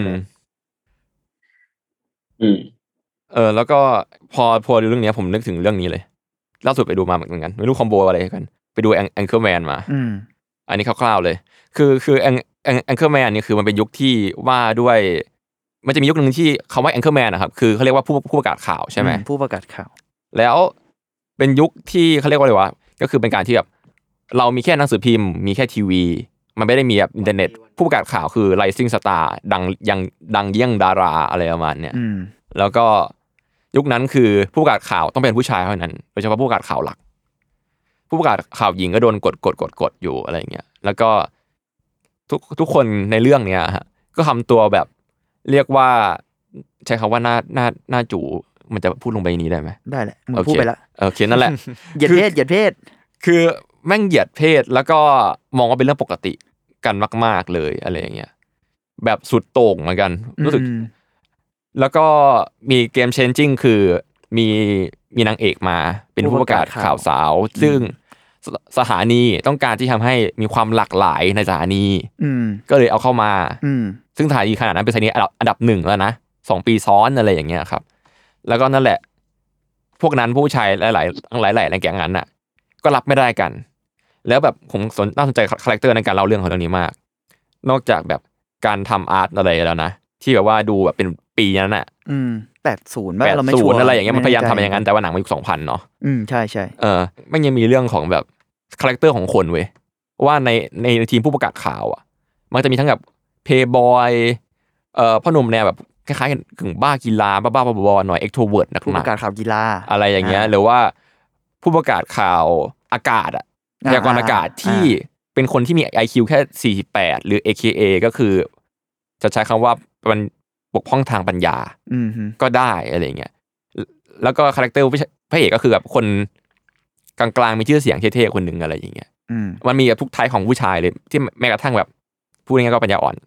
[SPEAKER 5] อืม
[SPEAKER 6] เออแล้วก็พอพอดูเรื่องนี้ผมนึกถึงเรื่องนี้เลยล่าสุดไปดูมาเหมือนกันไม่รู้คอมโบอะไรกันไปดูแองเกิลแมนมา
[SPEAKER 7] อืม
[SPEAKER 6] อันนี้คร่าวๆเลยคือคือแองแองแองเกิลแมนนี่คือมันเป็นยุคที่ว่าด้วยมันจะมียุคนึงที่คำว่าแองเกิลแมนนะครับคือเขาเรียกว่าผู้ผู้ประกาศข่าวใช่ไหม
[SPEAKER 7] ผู้ประกาศข่าว
[SPEAKER 6] แล้วเป็นยุคที่เขาเรียกว่าอะไรวะก็คือเป็นการที่แบบเรามีแค่หนังสือพิมพ์มีแค่ทีวีมันไม่ได้มีแบบอินเทอร์เน็ตผู้ประกาศข่าวคือ Rising Star ดังยังดังเยี่ยงดาราอะไรประมาณเนี้ยแล้วก็ยุคนั้นคือผู้ประกาศข่าวต้องเป็นผู้ชายเท่านั้นโดยเฉพาะผู้ประกาศข่าวหลักผู้ประกาศข่าวหญิงก็โดนกดกดกดกดอยู่อะไรอย่างเงี้ยแล้วก็ทุกทุกคนในเรื่องเนี้ยฮะก็ทำตัวแบบเรียกว่าใช้คำว่าหน้าหน้าหน้าจูมันจะพูดลงไปนี้ได้ไหม
[SPEAKER 7] ได้แหละมึงพูดไปแล้ว
[SPEAKER 6] โอเคนั่นแหละ
[SPEAKER 7] เหยียดเพศเหยียดเพศ
[SPEAKER 6] คือแม่งเหยียดเพศแล้วก็มองว่าเป็นเรื่องปกติกันมากๆเลยอะไรอย่างเงี้ยแบบสุดโต่งเหมือนกันรู้สึกแล้วก็มีเกมเชนจิ้งคือมีมีนางเอกมาเป็นผู้ประกาศข่าวสาวซึ่งสถานีต้องการที่ทำให้มีความหลากหลายในสถานีก็เลยเอาเข้ามาซึ่งสถานีขนาดนั้นเป็นสถานีอันดับหนึ่งแล้วนะสองปีซ้อนอะไรอย่างเงี้ยครับแล้วก็นั่นแหละพวกนั้นผู้ชายหลายๆหลายๆในแก๊งนั้นน่ะก็รับไม่ได้กันแล้วแบบผมสนน่าสนใจคาแรคเตอร์ในการเล่าเรื่องของเรื่องนี้มากนอกจากแบบการทำอาร์ตอะไรแล้วนะที่แบบว่าดูแบบเป็นปีนั้นน่ะ
[SPEAKER 7] อืมแปดสิบ
[SPEAKER 6] แปดสิบอะไรอย่างเงี้ยมันพยายามทำอย่างนั้นแต่ว่าหนังมันยุคสองพันเนาะ
[SPEAKER 7] อืมใช่
[SPEAKER 6] ๆเออมันยังมีเรื่องของแบบคาแรคเตอร์ของคนเว้ยว่าในในทีมผู้ประกาศข่าวอ่ะมันจะมีทั้งแบบเพย์บอยเอ่อพ่อหนุ่มแนวแบบคล้ายๆกึ่งบ้ากีฬาบ้าๆบอๆหน่อยเอ็กโทรเวิร์ตหนักๆ
[SPEAKER 7] ผู้ประกาศข่าวกีฬา
[SPEAKER 6] อะไรอย่างเงี้ยหรือว่าผู้ประกาศข่าวอากาศอ่ะพยากรณ์อากาศที่เป็นคนที่มี ไอ คิว แค่สี่สิบแปดหรือ เอ เค เอ ก็คือจะใช้คำว่ามันบกพร่องทางปัญญาก็ได้อะไรเงี้ยแล้วก็คาแรคเตอร์พระเอกก็คือแบบคนกลางๆมีชื่อเสียงเท่ๆคนหนึ่งอะไรอย่างเงี้ยมันมีกับทุกไทป์ของผู้ชายเลยที่แม้กระทั่งแบบพูดง่ายๆก็ปัญญาอ่อน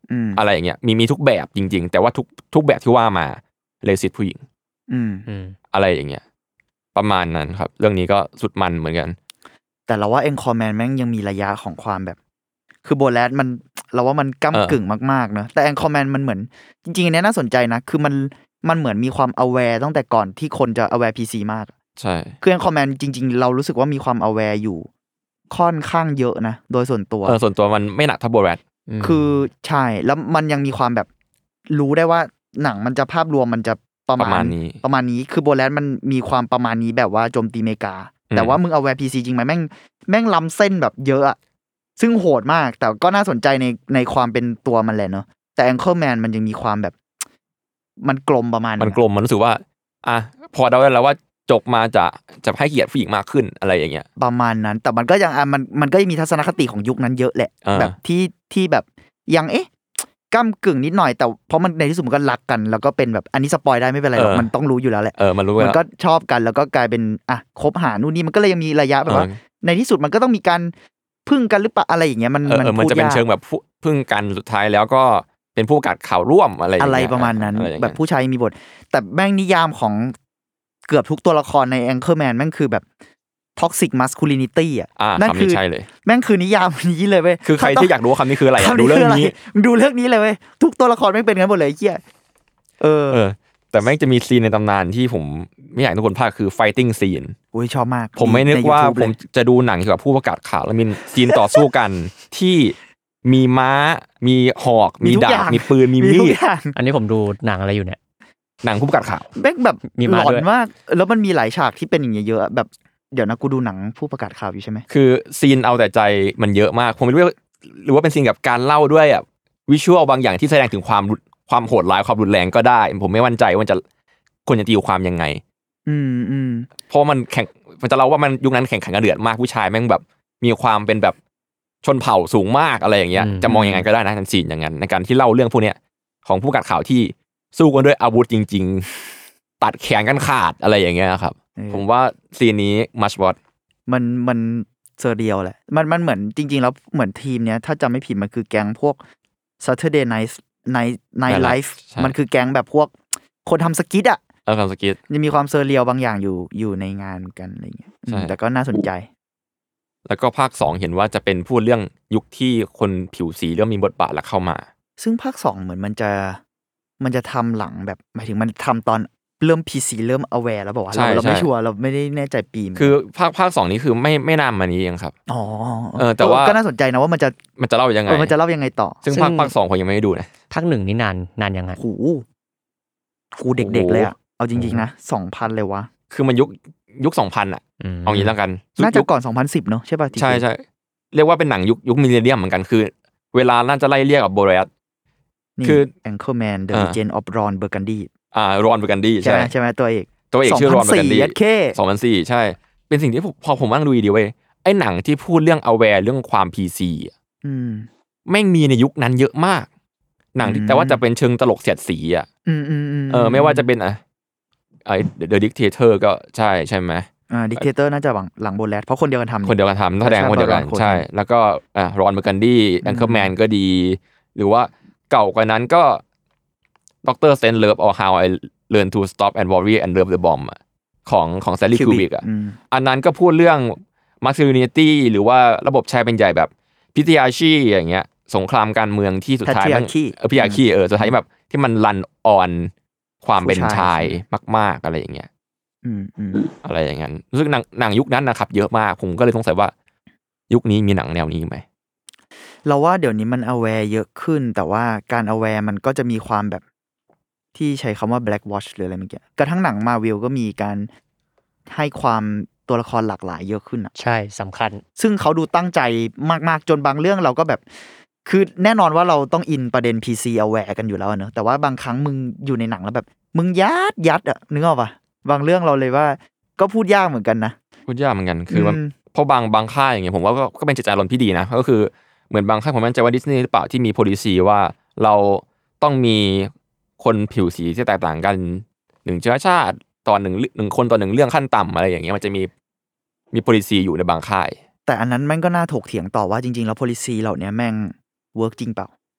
[SPEAKER 6] อะไรอย่างเงี้ยมีมีทุกแบบจริงๆแต่ว่าทุกทุกแบบที่ว่ามาเลสิตผู้หญิง
[SPEAKER 7] อืม
[SPEAKER 6] อะไรอย่างเงี้ยประมาณนั้นครับเรื่องนี้ก็สุดมันเหมือนกัน
[SPEAKER 7] แต่เราว่าเอ็นคอร์แมนแม่งยังมีระยะของความแบบคือโบแลดมันเราว่ามันก้ำกึ่งมากๆเนอะแต่เอ็นคอร์แมนมันเหมือนจริงๆอันนี้น่าสนใจนะคือมันมันเหมือนมีความ aware ตั้งแต่ก่อนที่คนจะ aware พี ซี มาก
[SPEAKER 6] ใช่
[SPEAKER 7] คือเอ็นคอร์แมนจริงๆเรารู้สึกว่ามีความ aware อยู่ค่อนข้างเยอะนะโดยส่วนตัว
[SPEAKER 6] เออส่วนตัวมันไม่หนักเท่าโบแลด
[SPEAKER 7] คือใช่แล้วมันยังมีความแบบรู้ได้ว่าหนังมันจะภาพรวมมันจะประมาณ
[SPEAKER 6] นี้
[SPEAKER 7] ประมาณนี้คือโบแลดมันมีความประมาณนี้แบบว่าโจมตีอเมริกาแต่ว่ามึงเอาแวร์ พี ซี จริงไหมแม่งแม่งล้ำเส้นแบบเยอะซึ่งโหดมากแต่ก็น่าสนใจในในความเป็นตัวมันแหละเนาะแต่ Anchorman มันยังมีความแบบมันกลมประมาณ
[SPEAKER 6] มันกลมมันรู้สึกว่าอ่ะพอเดาได้แล้วว่าจบมาจะจะให้เกียรติผู้หญิงมากขึ้นอะไรอย่างเงี้ย
[SPEAKER 7] ประมาณนั้นแต่มันก็ยังอ่ะมันมันก็ยังมีทัศนคติของยุคนั้นเยอะแหละแบบที่ที่แบบยังเอ๊ะก้ำกึ่งนิดหน่อยแต่เพราะมันในที่สุดมันก็รักกันแล้วก็เป็นแบบอันนี้สปอยได้ไม่เป็นไรหรอกมันต้องรู้อยู่แล้วแหละ
[SPEAKER 6] เออมันรู้
[SPEAKER 7] มันก็ชอบกันแล้วก็กลายเป็นอ่ะคบหานู่นนี่มันก็เลยยังมีระยะแบบว่าในที่สุดมันก็ต้องมีการพึ่งกันหรือเปล่าอะไรอย่างเงี้ยมัน
[SPEAKER 6] มันมันจะเป็นเชิงแบบพึ่งกันสุดท้ายแล้วก็เป็นผู้ประกาศข่าวร่วมอะไร
[SPEAKER 7] อะไรประมาณนั้นแบบผู้ชายมีบทแต่แม่งนิยามของเกือบทุกตัวละครใน Anchorman แม่งคือแบบtoxic masculinity อ่ะ
[SPEAKER 6] นั่นคือ
[SPEAKER 7] แม่งคือนิยามนี้เลยเว้ย
[SPEAKER 6] คือใครที่อยากรู้ว่าคำนี้คืออะไรดูเรื่องนี้
[SPEAKER 7] ดูเรื่องนี้เลยเว้ยทุกตัวละครแม่งเป็นงั้นหมดเลยเหี้ยเออ
[SPEAKER 6] เออแต่แม่งจะมีซีนในตำนานที่ผมไม่อยากทุกคนพลาดคือ fighting scene
[SPEAKER 7] โอ้ยชอบมาก
[SPEAKER 6] ผมไม่นึกว่าผมจะดูหนังเกี่ยวกับผู้ประกาศข่าวแล้วมีซีนต่อสู้กันที่มีม้ามีหอกมีดาบมีปืนมีมีด
[SPEAKER 8] อันนี้ผมดูหนังอะไรอยู่เนี่ย
[SPEAKER 6] หนังผู้ประกาศข่าว
[SPEAKER 7] แม่งแบบหลอนมากแล้วมันมีหลายฉากที่เป็นอย่างเงี้ยเยอะแบบเดี๋ยวนะกูดูหนังผู้ประกาศข่าวอยู่ใช่ไหม
[SPEAKER 6] คือซีนเอาแต่ใจมันเยอะมากผมไม่รู้ว่าหรือว่าเป็นซีนกับการเล่าด้วยอ่ะวิชวลบางอย่างที่แสดงถึงความความโหดร้ายความรุนแรงก็ได้ผมไม่มั่นใจว่าจะคนจะตีความยังไง
[SPEAKER 7] อืมอืม
[SPEAKER 6] เพราะมันแข่งมันจะเล่าว่ามันยุคนั้นแข่งขันกันเดือดมากผู้ชายแม่งแบบมีความเป็นแบบชนเผ่าสูงมากอะไรอย่างเงี้ยจะมองยังไงก็ได้นะในซีนอย่างนั้นในการที่เล่าเรื่องพวกเนี้ยของผู้ประกาศข่าวที่สู้กันด้วยอาวุธจริงๆตัดแขนกันขาดอะไรอย่างเงี้ยครับผมว่าซีนนี้มัชวอต
[SPEAKER 7] มันมันเซอร์เรียลแหละมันมันเหมือนจริงๆแล้วเหมือนทีมเนี้ยถ้าจำไม่ผิดมันคือแก๊งพวก Saturday Night Night Night Live มันคือแก๊งแบบพวกคนทำสกิทอ่ะ
[SPEAKER 6] เออทำสกิท
[SPEAKER 7] จะมีความเซอร์เรียลบางอย่างอยู่อยู่ในงานกันอะไรเงี้ยแต่ก็น่าสนใจ
[SPEAKER 6] แล้วก็ภาคสองเห็นว่าจะเป็นพูดเรื่องยุคที่คนผิวสีเริ่มมีบทบาทและเข้ามา
[SPEAKER 7] ซึ่งภาคสองเหมือนมันจะมันจะทำหลังแบบหมายถึงมันทำตอนเริ่ม พี ซี เริ่ม aware แล้วบอกว่าเราเราไม่ชัวร์เราไม่ได้แน่ใจปี
[SPEAKER 6] คือภาคภาคสองนี้คือไม่ไม่นานมานี้เองครับ
[SPEAKER 7] อ๋อ
[SPEAKER 6] เออแต่ว่า
[SPEAKER 7] ก็น่าสนใจนะว่ามันจะ
[SPEAKER 6] มันจะเล่ายังไง
[SPEAKER 7] มันจะเล่ายังไงต่อ
[SPEAKER 6] ซึ่งภาคภาคสองผมยังไม่ได้ดูนะ
[SPEAKER 8] ภาคหนึ่งนี่นานนานยังไง
[SPEAKER 7] โอ้โหกูเด็กๆเลยอ่ะเอาจริงๆนะสองพันเลยวะ
[SPEAKER 6] คือมันยุคยุคสองพันอ่ะเอางี้แล้วกัน
[SPEAKER 7] น่าจะก่อนสองพันสิบเนอะใช่ป่ะ
[SPEAKER 6] ใช่ใช่เรียกว่าเป็นหนังยุคยุคมิลเลนเนียมเหมือนกันคือเวลาน่าจะไล่เรียกกับโบแรด
[SPEAKER 7] คือ Anchorman The Legend of Ron Burgundy
[SPEAKER 6] อ่า Ron Burgundy
[SPEAKER 7] ใช่ใช่ไหมตัวเอก
[SPEAKER 6] ตัวเอกชื่อ Ron Burgundy สองพันสี่
[SPEAKER 7] ใช่
[SPEAKER 6] เป็นสิ่งที่พอผมนั่งดูดีเว้ยไอ้หนังที่พูดเรื่อง aware เรื่องความ พี ซี
[SPEAKER 7] อืม
[SPEAKER 6] แม่งมีในยุคนั้นเยอะมากหนังแต่ว่าจะเป็นเชิงตลกเสียดสีอ่ะ
[SPEAKER 7] อืม
[SPEAKER 6] เออไม่ว่าจะเป็นอ่ะไอ้ The Dictator ก็ใช่ใช่ไหม
[SPEAKER 7] อ่า Dictator น่าจะหลังโบแลดเพราะคนเดียวกันทำ
[SPEAKER 6] คนเดียวกันทำแสดงคนเดียวกันใช่แล้วก็อ่ะ Ron Burgundy Anchorman ก็ดีหรือว่าเก่ากว่านั้นก็ด็อกเตอร์ Strange Love or How I Learned to Stop and Worry and Love the Bomb ของของ Stanley Kubrick อ่ะอันนั้นก็พูดเรื่อง masculinity หรือว่าระบบชายเป็นใหญ่แบบพิทยาชีอย่างเงี้ยสงครามการเมืองที่สุดท้ายมันเออพิทยาชีเออสุดท้ายแบบที่มันรันออนความเป็นชายมากๆอะไรอย่างเงี้ย
[SPEAKER 7] อืม
[SPEAKER 6] อะไรอย่างงั้นรู้สึกหนังหนังยุคนั้นนะครับเยอะมากผมก็เลยสงสัยว่ายุคนี้มีหนังแนวนี้ไหม
[SPEAKER 7] เราว่าเดี๋ยวนี้มัน aware เยอะขึ้นแต่ว่าการ aware มันก็จะมีความแบบที่ใช้คำว่า black watch หรืออะไรเมื่อกี้กระทั่งหนัง Marvel ก็มีการให้ความตัวละครหลากหลายเยอะขึ้นอ่ะ
[SPEAKER 8] ใช่สำคัญ
[SPEAKER 7] ซึ่งเขาดูตั้งใจมากๆจนบางเรื่องเราก็แบบคือแน่นอนว่าเราต้องอินประเด็น พี ซี aware กันอยู่แล้วเนอะแต่ว่าบางครั้งมึงอยู่ในหนังแล้วแบบมึงยัดยัดอ่ะนึกออกป่ะบางเรื่องเราเลยว่าก็พูดยากเหมือนกันนะ
[SPEAKER 6] พูดยากเหมือนกันคือว่าเพราะบางบางค่ายอย่างเงี้ยผมว่าก็ก็เป็นจิตใจรมที่ดีนะก็คือเหมือนบางค่ายผมมั่นใจว่าดิสนีย์หรือเปล่าที่มี policy ว่าเราต้องมีคนผิวสีที่แตกต่างกันหนึ่งเชื้อชาติตอนหนึ่งหนึ่งคนต่อหนึ่งเรื่องขั้นต่ำอะไรอย่างเงี้ยมันจะมีมี policy อยู่ในบางค่าย
[SPEAKER 7] แต่อันนั้นแม่งก็น่าถกเถียงต่อว่าจริงๆแล้ว policy เหล่านี้แม่ง work จริงเปล่า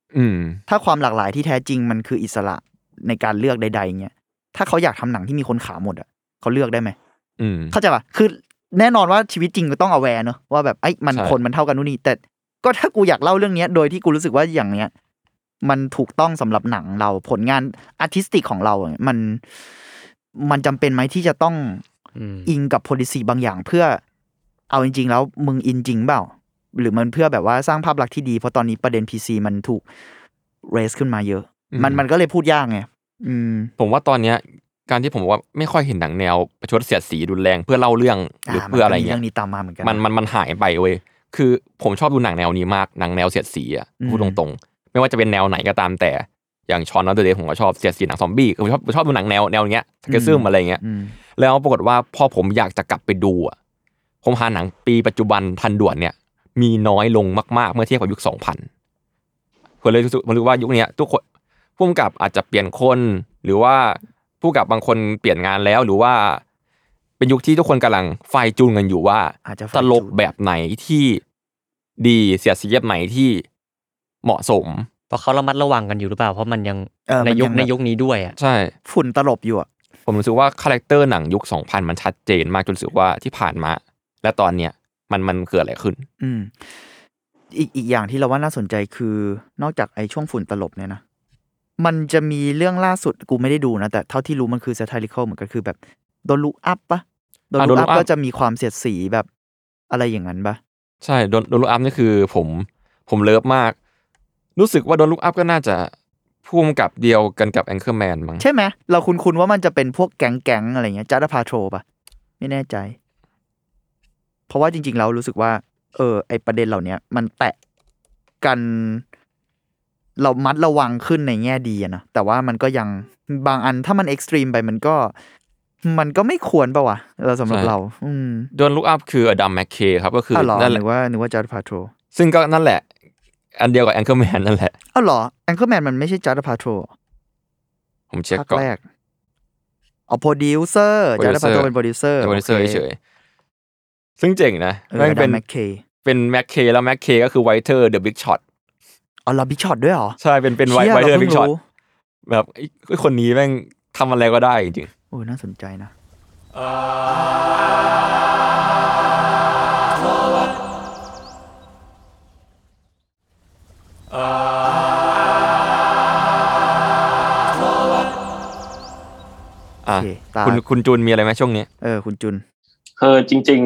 [SPEAKER 6] อืม
[SPEAKER 7] ถ้าความหลากหลายที่แท้จริงมันคืออิสระในการเลือกใดๆเงี้ยถ้าเขาอยากทำหนังที่มีคนขาวหมดอ่ะเขาเลือกได้ไหม
[SPEAKER 6] อืม
[SPEAKER 7] เข้าใจป่ะคือแน่นอนว่าชีวิตจริงก็ต้อง aware เนอะว่าแบบไอ้มันคนมันเท่ากันนู่นนี่แต่ก็ถ้ากูอยากเล่าเรื่องนี้โดยที่กูรู้สึกว่าอย่างเนี้ยมันถูกต้องสำหรับหนังเราผลงานอาร์ติสติกของเรามันมันจำเป็นไหมที่จะต้องอิงกับ policy บางอย่างเพื่อเอาจริงๆแล้วมึงอินจริงเปล่าหรือมันเพื่อแบบว่าสร้างภาพลักษณ์ที่ดีเพราะตอนนี้ประเด็น พี ซี มันถูก raise ขึ้นมาเยอะมันมันก็เลยพูดยากไงอืม
[SPEAKER 6] ผมว่าตอนเนี้ยการที่ผมว่าไม่ค่อยเห็นหนังแนวประชดเสียดสีรุนแรงเพื่อเล่าเรื่องหรือเพื่ออะไรเงี้ย
[SPEAKER 7] เรื่องนี้ตามมาเหมือนกัน
[SPEAKER 6] มันมันมันหายไปเว้ยคือผมชอบดูหนังแนวนี้มากหนังแนวเสียดสีอ่ะพูดตรงๆไม่ว่าจะเป็นแนวไหนก็ตามแต่อย่างชอนนอตเดอร์เดย์ผมก็ชอบเสียดสีหนังซอมบี้ผมชอบชอบดูหนังแนวแนวเนี้ยสเกซึมอะไรเงี้ยแล้วปรากฏว่าพอผมอยากจะกลับไปดูอ่ะผมหาหนังปีปัจจุบันทันด่วนเนี่ยมีน้อยลงมากๆเมื่อเทียบกับยุค สองพัน ผมเลยรู้สึกผมรู้ว่ายุคนี้ทุกคนผู้กำกับอาจจะเปลี่ยนคนหรือว่าผู้กำกับบางคนเปลี่ยนงานแล้วหรือว่าเป็นยุคที่ทุกคนกำลังไฟจูนกันอยู่ว่าตลกแบบไหนที่ดีเสียดสีแบบไหนที่เหมาะสม
[SPEAKER 8] เพราะเขาระมัดระวังกันอยู่หรือเปล่าเพราะมันยังในยุคในยุคนี้ด้วยอ่ะ
[SPEAKER 6] ใช่
[SPEAKER 7] ฝุ่นตลบอยู่อ่ะ
[SPEAKER 6] ผมรู้สึกว่าคาแรคเตอร์หนังยุค สองพัน มันชัดเจนมากจนรู้สึกว่าที่ผ่านมาและตอนเนี้ยมันมันเกิดอะไรขึ้น
[SPEAKER 7] อืมอีกอีกอย่างที่เราว่าน่าสนใจคือนอกจากไอ้ช่วงฝุ่นตลบเนี่ยนะมันจะมีเรื่องล่าสุดกูไม่ได้ดูนะแต่เท่าที่รู้มันคือ satirical เหมือนกันคือแบบโดนลุกอัพปะโดนลุกอัพก็จะมีความเสียดสีแบบอะไรอย่างนั้นปะ
[SPEAKER 6] ใช่โดนโดนลุกอัพนี่คือผมผมเลิฟมากรู้สึกว่าโดนลุกอัพก็น่าจะพุ่มกับเดียวกันกับ Anchorman มั้ง
[SPEAKER 7] ใช่ไหมเราคุ้นๆว่ามันจะเป็นพวกแก๊งๆอะไรเงี้ยจัดพาโทรปะไม่แน่ใจเพราะว่าจริงๆเรารู้สึกว่าเออไอประเด็นเหล่านี้มันแตะกันเรามัดระวังขึ้นในแง่ดีอะนะแต่ว่ามันก็ยังบางอันถ้ามันเอ็กซ์ตรีมไปมันก็มันก็ไม่ควรป่ะวะเราสำหรับเราอืม
[SPEAKER 6] โดนลุกอัพคืออดัมแมคเคครับก็คือ
[SPEAKER 7] นั่นแหละนึกว่านึกว่าจัดพาโทร
[SPEAKER 6] ซึ่งก็นั่นแหละอันเดียวกับ Anchorman นั่นแหละ
[SPEAKER 7] อ้าวเหรอ Anchorman มันไม่ใช่จัดพาโทร
[SPEAKER 6] ผมเช็คก่อน
[SPEAKER 7] อ๋อโปรดิวเซอร์จัดพาโทรเป็นโปรดิวเซอร์
[SPEAKER 6] โปรดิวเซอร์เฉยซึ่งเจ๋งนะ
[SPEAKER 7] มันเป็น
[SPEAKER 6] เป็นแม็กเคแล้วแม็กเคก็คือไวเทอร์เดอะบิ๊กช็อต
[SPEAKER 7] อ๋อแล้วบิ๊กช็อตด้วยเหรอ
[SPEAKER 6] ใช่เป็นเป็นไวเทอร์บิ๊กช็อตแบบไอ้คนนี้แม่งทำอะไรก็ได้จริง
[SPEAKER 7] โอ้น่าสนใจนะ
[SPEAKER 6] อ่ะคุณคุณจุนมีอะไรไหมช่วงนี้
[SPEAKER 7] เออคุณจุน
[SPEAKER 5] เออจริง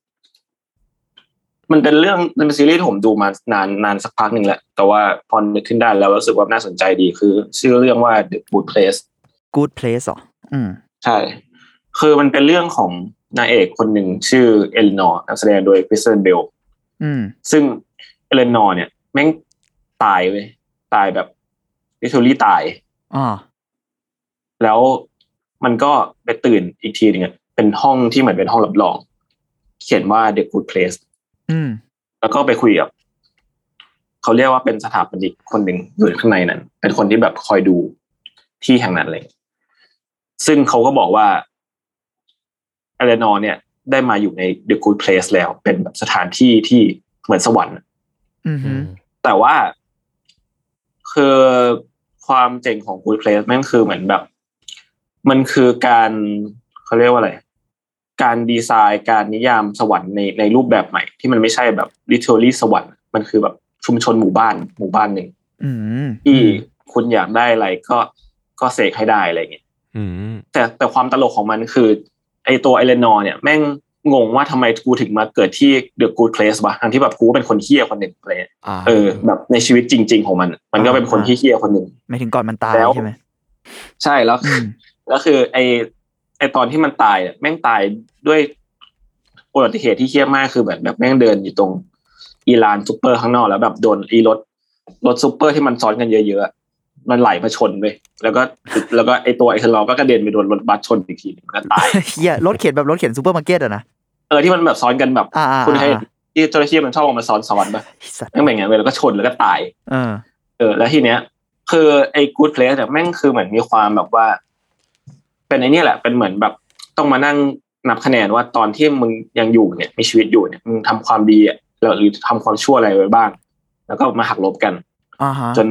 [SPEAKER 5] ๆมันเป็นเรื่องเป็นซีรีส์ที่ผมดูมานานนานสักพักหนึ่งแหละแต่ว่าพอนึกขึ้นได้แล้วรู้สึกว่าน่าสนใจดีคือชื่อเรื่องว่า The Good Place
[SPEAKER 7] Good Place เหรออืม
[SPEAKER 5] ใช่คือมันเป็นเรื่องของนางเอกคนหนึ่งชื่อเอลินอร์นักแสดงโดยคริสเตียนเบล
[SPEAKER 7] อืม
[SPEAKER 5] ซึ่งเอลินอร์เนี่ยแม่งตายเว้ยตายแบบลิเทอรี่ตาย
[SPEAKER 7] อ่า
[SPEAKER 5] แล้วมันก็ไปตื่นอีกทีนึงอ่ะเป็นห้องที่เหมือนเป็นห้องรับรองเขียนว่า The Good Place
[SPEAKER 7] อืม
[SPEAKER 5] แล้วก็ไปคุยกับเขาเรียกว่าเป็นสถาปนิกคนหนึ่งอยู่ข้างในนั้นเป็นคนที่แบบคอยดูที่แห่งนั้นเลยซึ่งเขาก็บอกว่าเอเลนอร์เนี่ยได้มาอยู่ใน The Good Place แล้วเป็นแบบสถานที่ที่เหมือนสวรรค์
[SPEAKER 7] อือฮึ
[SPEAKER 5] แต่ว่าคือความเจ๋งของ Good Place แม่งคือเหมือนแบบมันคือการเขาเรียกว่าอะไรการดีไซน์การนิยามสวรรค์ในในรูปแบบใหม่ที่มันไม่ใช่แบบ literally สวรรค์มันคือแบบชุมชนหมู่บ้านหมู่บ้านนึงที่คุณอยากได้อะไรก็ก็เสกให้ได้อะไรอย่างเงี้ยแต่แต่ความตลกของมันคือไอตัวเอเลนอร์เนี่ยแม่งงงว่าทำไมกูถึงมาเกิดที่ The Good Place วะทั้งที่แบบกูเป็นคนเหี้ยคนหนึ่งอะไรเออแบบในชีวิตจริงๆของมันมันก็เป็นคนที่เหี้ยคนหนึ่ง
[SPEAKER 7] ไม่ถึงก่อนมันตายใช่ไหม
[SPEAKER 5] ใช่แล้วแล้วคือไอไอตอนที่มันตายแม่งตายด้วยอุบัติเหตุที่เหี้ยมากคือแบบแบบแม่งเดินอยู่ตรงอีลานซุปเปอร์ข้างนอกแล้วแบบโดนอีรถรถซุปเปอร์ที่มันซ้อนกันเยอะๆมันไหลมาชนไปแล้วก็แล้วก็ไอตัวไอทลอก็กระเด็นไปโดนรถบัสชนอีกทีก็ตาย
[SPEAKER 7] เหี้ยรถเข็นแบบรถเข็นซุปเปอร์มาร์เก็ตอ่ะนะ
[SPEAKER 5] เออที่มันแบบซ้อนกันแบบคุณให้ที่เจ้าหน้าที่มันชอบเอามาซ้อนๆป่ะแม่งเป็นไงเว้ยแล้วก็ชนแล้วก็ตาย
[SPEAKER 7] เออ
[SPEAKER 5] เออแล้วทีเนี้ยคือไอ้ Good Place เนี่ยแม่งคือเหมือนมีความแบบว่าเป็นไอ้นี่แหละเป็นเหมือนแบบต้องมานั่งนับคะแนนว่าตอนที่มึงยังอยู่เนี่ยมีชีวิตอยู่เนี่ยมึงทำความดีอ่ะหรือทำความชั่วอะไรไว้บ้างแล้วก็มาหักลบกัน
[SPEAKER 7] อ่าฮะ
[SPEAKER 5] จนแบบ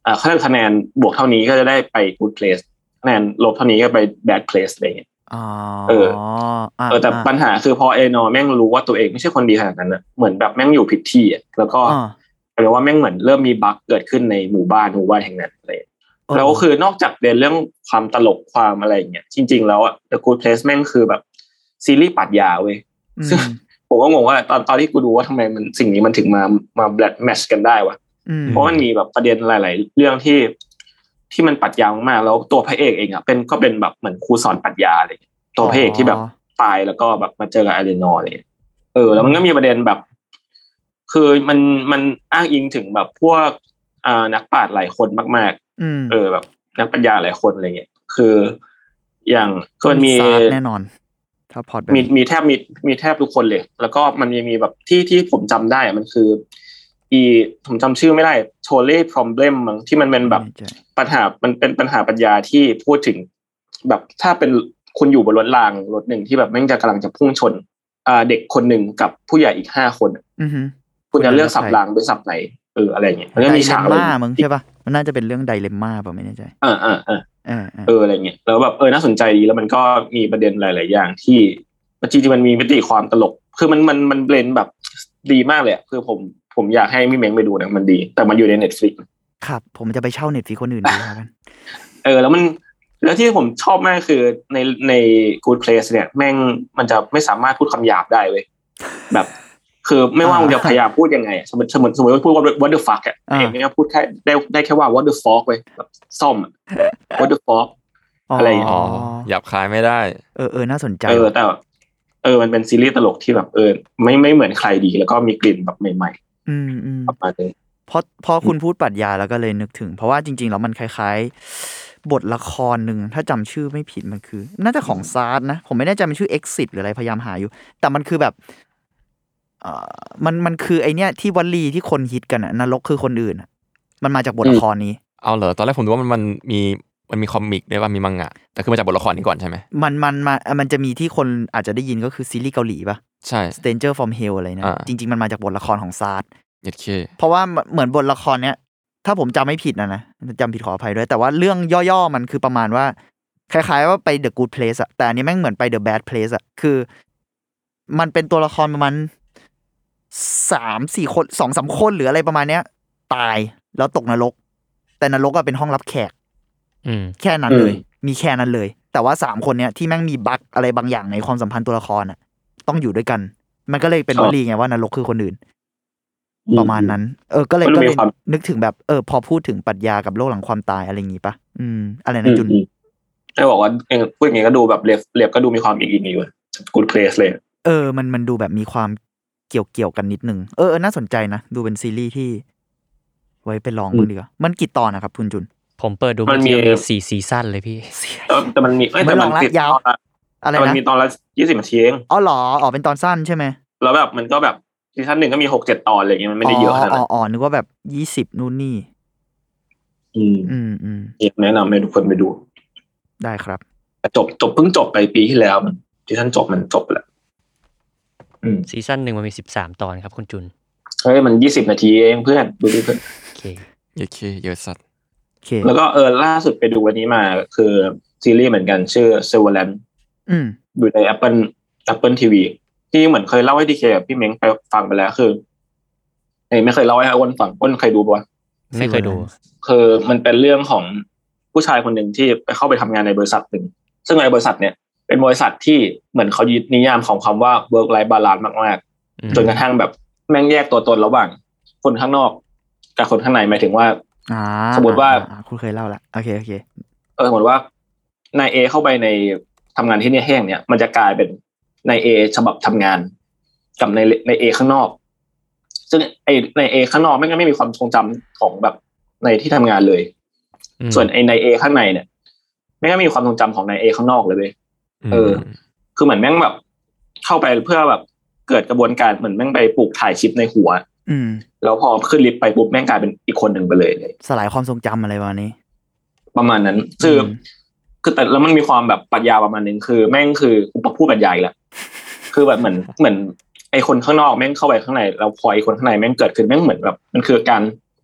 [SPEAKER 5] อ่าคะแนนบวกเท่านี้ก็จะได้ไป good place คะแนนลบเท่านี้ก็ไป bad place อะไรอย่างเงี้ย
[SPEAKER 7] อ๋อ
[SPEAKER 5] เออเออแต่ปัญหาคือพอเอนอแม่งรู้ว่าตัวเองไม่ใช่คนดีขนาดนั้นน่ะเหมือนแบบแม่งอยู่ผิดที่อ่ะแล้วก็แปลว่าแม่งเหมือนเริ่มมีบั๊กเกิดขึ้นในหมู่บ้านหมู่บ้านแห่งนั้นอะไรแล้วก็คือนอกจากเรียนเรื่องความตลกความอะไรอย่างเงี้ยจริงๆแล้วอ่ะ The Good Place แม่งคือแบบซีรีส์ปรัชญาเว้ยซึ่งผมก็งงว่าตอนตอนที่กูดูว่าทำไมมันสิ่งนี้มันถึงมามาแบทแมทช์กันได้วะเพราะมันมีแบบประเด็นหลายๆเรื่องที่ที่มันปรัชญามากๆแล้วตัวพระเอกเองอ่ะเป็นก็เป็นแบบเหมือนครูสอนปรัชญาอะไรตัวพระเอกที่แบบตายแล้วก็แบบมาเจอกับไอเรนอร์อะไรเออแล้วมันก็มีประเด็นแบบคือมันมันอ้างอิงถึงแบบพวกอ่านักปราชญ์หลายคนมากๆเออแบบนักปรัชญาหลายคนอะไรเงี้ยคืออย่างก็มันมี
[SPEAKER 7] แน่นอนถ้าพอด
[SPEAKER 5] มีมีแทบมีมีแทบทุกคนเลยแล้วก็มันยังมีแบบที่ที่ผมจำได้อะมันคืออีผมจำชื่อไม่ได้โชเล่ problem มั้งที่มันเป็นแบบปัญหามันเป็นปัญหาปรัชญาที่พูดถึงแบบถ้าเป็นคุณอยู่บนรถรางรถหนึ่งที่แบบแม่งจะกำลังจะพุ่งชนอ่าเด็กคนหนึ่งกับผู้ใหญ่อีกห้าคนคุณจะเลือกสับรางด้วยสับไหนเอออะไรเงี้ยมันก็มีฉากอะไร
[SPEAKER 7] มึงใช่ป่ะมันน่าจะเป็นเรื่องไดเลมม่าป่ะไม่แน่ใจ
[SPEAKER 5] เออเออเออเอออะไรเงี้ยแล้วแบบเออน่าสนใจดีแล้วมันก็มีประเด็นหลายๆอย่างที่จริงๆมันมีมิติความตลกคือมันมันมันเบลนด์แบบดีมากเลยคือผมผมอยากให้พี่เม้งไปดูนะมันดีแต่มันอยู่ใน Netflix
[SPEAKER 7] ครับผมจะไปเช่า Netflix คนอื่นดูกัน
[SPEAKER 5] เออแล้วมันแล้วที่ผมชอบมากคือในใน Good Place เนี่ยแม่งมันจะไม่สามารถพูดคำหยาบได้เว้ยแบบคือไม่ว่ามึงจะพยายามพูดยังไงสมมติสมมติสมมติว่าพูดว่า what the fuck อ่ะเองเนี่ยพูดแค่ได้ได้แค่ว่า what the fuck เว้ยแบบซ่อม what the fuck อะไรอย่างเงี้ย
[SPEAKER 6] อ๋อหยาบคายไม่ได้
[SPEAKER 7] เออเออน่าสนใจ
[SPEAKER 5] เออแต่เออมันเป็นซีรีส์ตลกที่แบบเออไม่ไม่เหมือนใครดีแล้วก็มีกลิ่นแบบใหม่ๆ
[SPEAKER 7] อืมอืม
[SPEAKER 5] ประมาณนึง
[SPEAKER 7] เพราะพอคุณพูดปรัชญาแล้วก็เลยนึกถึงเพราะว่าจริงๆแล้วมันคล้ายๆบทละครหนึ่งถ้าจำชื่อไม่ผิดมันคือน่าจะของซาร์ดนะผมไม่แน่ใจมันชื่อ Exit หรืออะไรพยายามหาอยู่แต่มันคือแบบเอ่อมันมันคือไอเนี้ยที่วลีที่คนฮิตกันน่ะนรกคือคนอื่นมันมาจากบทละครนี้
[SPEAKER 6] เอาเหรอตอนแรกผมนึกว่ามันมันมีมันมีคอมิกด้วยว่ามีมังงะแต่คือมาจากบทละครนี้ก่อนใช่ไหม
[SPEAKER 7] มันมันมามันจะมีที่คนอาจจะได้ยินก็คือซีรีส์เกาหลีป่ะ
[SPEAKER 6] ใช่
[SPEAKER 7] Stranger from Hell อะไรนะจริงๆมันมาจากบทละครของซาร์ดเพราะว่าเหมือนบทละครเนี้ยถ้าผมจำไม่ผิดนะนะจำผิดขออภัยด้วยแต่ว่าเรื่องย่อๆมันคือประมาณว่าคล้ายๆว่าไป The Good Place อะแต่อันนี้แม่งเหมือนไป The Bad Place อะคือมันเป็นตัวละครประมาณสามสี่คนสองสามคนหรืออะไรประมาณเนี้ยตายแล้วตกนรกแต่นรกอะเป็นห้องรับแขกแค่นั้นเลยมีแค่นั้นเลยแต่ว่าสามคนเนี้ยที่แม่งมีบั๊กอะไรบางอย่างในความสัมพันธ์ตัวละครอะต้องอยู่ด้วยกันมันก็เลยเป็นวลีไงว่านรกคือคนอื่นประมาณนั้นเออก็เลยก็เลยนึกถึงแบบเออพอพูดถึงปรัชญากับโลกหลังความตายอะไรอย่างงี้ปะอืมอะไรนะจุน
[SPEAKER 5] ได้บอกว่าเองพูดอย่างงี้ก็ดูแบบเรียบเรียบก็ดูมีความอีกอีกอยู่ Good Place เลย
[SPEAKER 7] เออมันมันดูแบบมีความเกี่ยวเกี่ยวกันนิดนึงเออน่าสนใจนะดูเป็นซีรีส์ที่ไว้ไปลองบ้างดีกว่ามันกี่ตอนนะครับคุณจุน
[SPEAKER 8] ผมเปิดดูมันมีสี่ซีซั่นเลยพี่
[SPEAKER 5] แต่มันมีแต่มันติด
[SPEAKER 7] ยาวอะไรนะ
[SPEAKER 5] มันมีตอนละยี่สิบนาทีเอง
[SPEAKER 7] อ๋อเหรออ๋อเป็นตอนสั้นใช่ไหม
[SPEAKER 5] แล้วแบบมันก็แบบซีซั่นหนึ่งก็มีหกเจ็ดตอนอะไรอย่างเงี้ยมันไม่ได้เยอะขนาดนั้น
[SPEAKER 7] อ๋อนึกว่าแบบยี่สิบนู่นนี่
[SPEAKER 5] อืม
[SPEAKER 7] อืมอืม
[SPEAKER 5] แนะนำให้ทุกคนไปดู
[SPEAKER 7] ได้ครับ
[SPEAKER 5] จบจบเพิ่งจบไปปีที่แล้วมันซีซั่นจบมันจบแล้ว
[SPEAKER 8] อืมซีซั่นหนึ่งมันมีสิบสามตอนครับคุณจุน
[SPEAKER 5] เฮ้ยมันยี่สิบนาทีเองเพื่อนดูดิเพื่อน
[SPEAKER 8] โอเค
[SPEAKER 6] โอเคเยอะสัตว์
[SPEAKER 7] โอเค
[SPEAKER 5] แล้วก็เออล่าสุดไปดูวันนี้มาคือซีรีส์เหมือนกันชื่อ Silverland
[SPEAKER 7] อืม
[SPEAKER 5] อยู่ใน Apple Apple ที วี ที่เหมือนเคยเล่าให้ดีเคกับพี่เม้งไปฟังไปแล้วคือเอ้ยไม่เคยเล่าให้อ้นฟังอ้นเคยดูป่ะ
[SPEAKER 8] ไม่เคยดู
[SPEAKER 5] คือมันเป็นเรื่องของผู้ชายคนหนึ่งที่ไปเข้าไปทำงานในบริษัทหนึ่งซึ่งในบริษัทเนี่ยเป็นบริษัทที่เหมือนเขายึดนิยามของคำว่า work life balance มากๆจนกระทั่งแบบแม่งแยกตัวตนระหว่างคนข้างนอกกับคนข้างในหมายถึงว่าสมมติว่า
[SPEAKER 7] คุณเคยเล่าละโอเคโอเค
[SPEAKER 5] เออสมมติว่านาย A เข้าไปในทำงานที่เนี่ยแห้งเนี่ยมันจะกลายเป็นนาย A ฉบับทำงานกับในใน A ข้างนอกซึ่งไอ้ใน A ข้างนอกแม่งก็ไม่มีความทรงจำของแบบในที่ทำงานเลยส่วนไอ้ใน A ข้างในเนี่ยแม่งก็มีความทรงจำของใน A ข้างนอกเลยเว้ยเออคือเหมือนแม่งแบบเข้าไปเพื่อแบบเกิดกระบวนการเหมือนแม่งไปปลูกถ่ายชิปในหัวแล้วพอขึ้นลิฟต์ไปปุ๊บแม่งกลายเป็นอีกคนหนึ่งไปเลย
[SPEAKER 7] สลายความทรงจำอะไรประมาณนี้
[SPEAKER 5] ประมาณนั้นคือคือแต่แล้วมันมีความแบบปรัชญาประมาณนึงคือแม่งคืออุปพูดปรัชญาอีกแล้วคือแบบเหมือนเหมือนไอ้คนข้างนอกแม่งเข้าไปข้างในแล้วพอไอ้คนข้างในแม่งเกิดขึ้นแม่งเหมือนแบบมันคือการ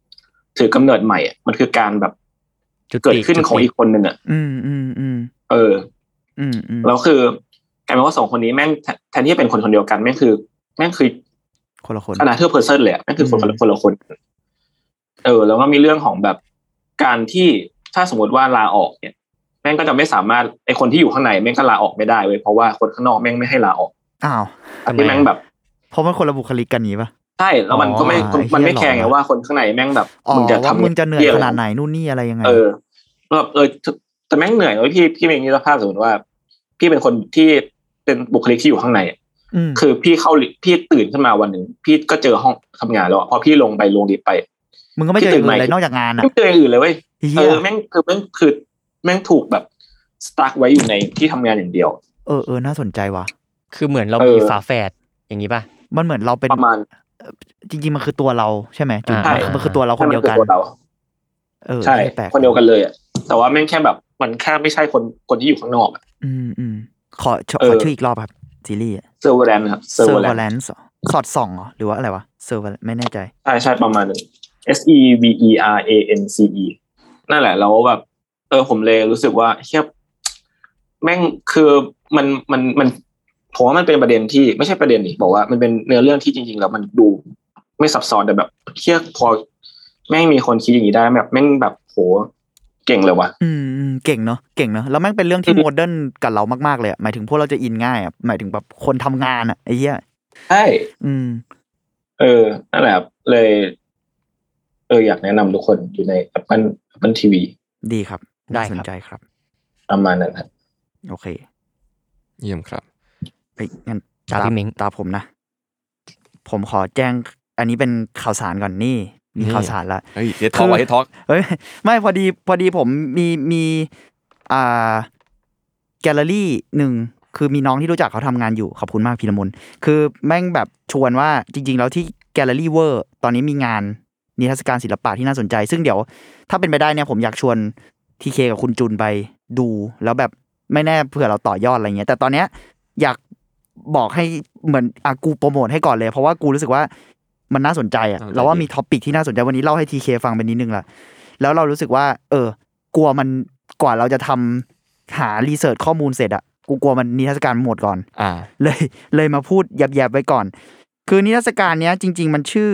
[SPEAKER 5] ถือกำเนิดใหม่อ่ะมันคือการแบบเกิดขึ้นของอีกคนนึงอ่ะ
[SPEAKER 7] อืมอืมอืม
[SPEAKER 5] เอออืมอืมแล้วคือกลายเป็นว่าสองคนนี้แม่งแทนที่จะเป็นคนคนเดียวกันแม่งคือแม่งคือ
[SPEAKER 7] คนละคน
[SPEAKER 5] อนาเธอร์เพอร์เซนเลยอ่ะแม่งคือคนคนละคนเออแล้วก็มีเรื่องของแบบการที่ถ้าสมมติว่าลาออกเนี่ยแม่งก็จะไม่สามารถไอคนที่อยู่ข้างในแม่งก็ลาออกไม่ได้เว้ยเพราะว่าคนข้างนอกแม่งไม่ให้ลาออก
[SPEAKER 7] อ้าว
[SPEAKER 5] ที่แม่งแบบ
[SPEAKER 7] เพราะมันคนละบุคลิกกันนี้ป่ะ
[SPEAKER 5] ใช่แล้วมันก็ไม่มันไม่แคร์ไงว่าคนข้างในแม่งแบบ
[SPEAKER 7] มึงจะทำมึงจะเหนื่อยขนาดไหนนู่นนี่อะไรยังไง
[SPEAKER 5] เออแบบเออแต่แม่งเหนื่อยเว้ยพี่พี่เองนี่สภาพสมมติว่าพี่เป็นคนที่เป็นบุคลิกที่อยู่ข้างในคือพี่เข้าพี่ตื่นขึ้นมาวันหนึ่งพี่ก็เจอห้องทำงานแล้วพอพี่ลงไปลงลิฟต์ไป
[SPEAKER 7] มึงก็ไม่เจออะไรนอกจากงานอ่ะ
[SPEAKER 5] ไม่เจออื่นเลยเว้ยเออแม่งคือแม่งคือแม่งถูกแบบสตาร์กไว้อยู่ในที่ทำงานอย่างเดียว
[SPEAKER 7] เออเออน่าสนใจว่ะ
[SPEAKER 8] คือเหมือนเรามีฝาแฝดอย่างนี้ป่ะ
[SPEAKER 7] มันเหมือนเราเป็น
[SPEAKER 5] ประมาณ
[SPEAKER 7] จริงๆมันคือตัวเราใช่ไหมจุดมันคือตัวเราคนเดียวกัน
[SPEAKER 5] เออใช่คนเดียวกันเลยอ่ะแต่ว่าแม่งแค่แบบมันแค่ไม่ใช่คนคนที่อยู่ข้างนอก
[SPEAKER 7] อืมอืมขอขอชื่ออีกรอบครับซีรีส์
[SPEAKER 5] เซอร์เวอร์แลนด์ครับ
[SPEAKER 7] เซอร์เวอร์แลนด์สอดส่องเหรอหรือว่าอะไรวะเซอร์เวอร์ไม่แน่ใจ
[SPEAKER 5] ใช่ใช่ประมาณนึง S E V E R A N C E นั่นแหละแล้วแบบเออผมเลยรู้สึกว่าเฮียแม่งคือมันมันมันผมว่ามันเป็นประเด็นที่ไม่ใช่ประเด็นนี่บอกว่ามันเป็นเนื้อเรื่องที่จริงๆแล้วมันดูไม่ซับซ้อนแต่แบบเฮียพอแม่งมีคนคิดอย่างนี้ได้แบบแม่งแบบโหเก่งเลยว่ะ
[SPEAKER 7] อืมเก่งเนาะเก่งเนาะแล้วแม่งเป็นเรื่องที่โมเดิร์นกับเรามากๆเลยหมายถึงพวกเราจะอินง่ายอ่ะหมายถึงแบบคนทำงานอ่ะไอ้เหี้ย
[SPEAKER 5] ใช่
[SPEAKER 7] อืม
[SPEAKER 5] เออนั่นแหละเลยเอออยากแนะนำทุกคนอยู่ใน Apple Apple ที วี
[SPEAKER 7] ดีครับได้สนใจครับ
[SPEAKER 5] ประมาณนั้นครับ
[SPEAKER 7] โอเค
[SPEAKER 6] เยี่ยมครับ
[SPEAKER 7] เอ้ยงั้นตาพี่มิงตาผมนะผมขอแจ้งอันนี้เป็นข่าวสารก่อนนี่มีข่าวสารละ
[SPEAKER 6] เฮ้ยเฮดทอล์กเฮดทอล์ก
[SPEAKER 7] เฮ้ยไม่พอดีพอดีผมมีมีอ่าแกลเลอรี่หนึ่งคือมีน้องที่รู้จักเขาทำงานอยู่ขอบคุณมากพีรมนคือแม่งแบบชวนว่าจริงๆแล้วที่แกลเลอรี่เวอร์ตอนนี้มีงานนิทรรศการศิลปะที่น่าสนใจซึ่งเดี๋ยวถ้าเป็นไปได้เนี่ยผมอยากชวนทีเคกับคุณจุนไปดูแล้วแบบไม่แน่เผื่อเราต่อยอดอะไรเงี้ยแต่ตอนเนี้ยอยากบอกให้เหมือนอ่ะกูโปรโมทให้ก่อนเลยเพราะว่ากูรู้สึกว่ามันน่าสนใจอ่ะเราว่ามีท็อปิกที่น่าสนใจวันนี้เล่าให้ทีเคฟังไปนิดนึงละแล้วเรารู้สึกว่าเออกลัวมันกว่าเราจะทำหารีเสิร์ชข้อมูลเสร็จอ่ะกูกลัวมันนิทรรศการหมดก่อน
[SPEAKER 6] อ่า
[SPEAKER 7] เลยเลยมาพูดแยบๆไว้ก่อนคือนิทรรศการเนี้ยจริงๆมันชื่อ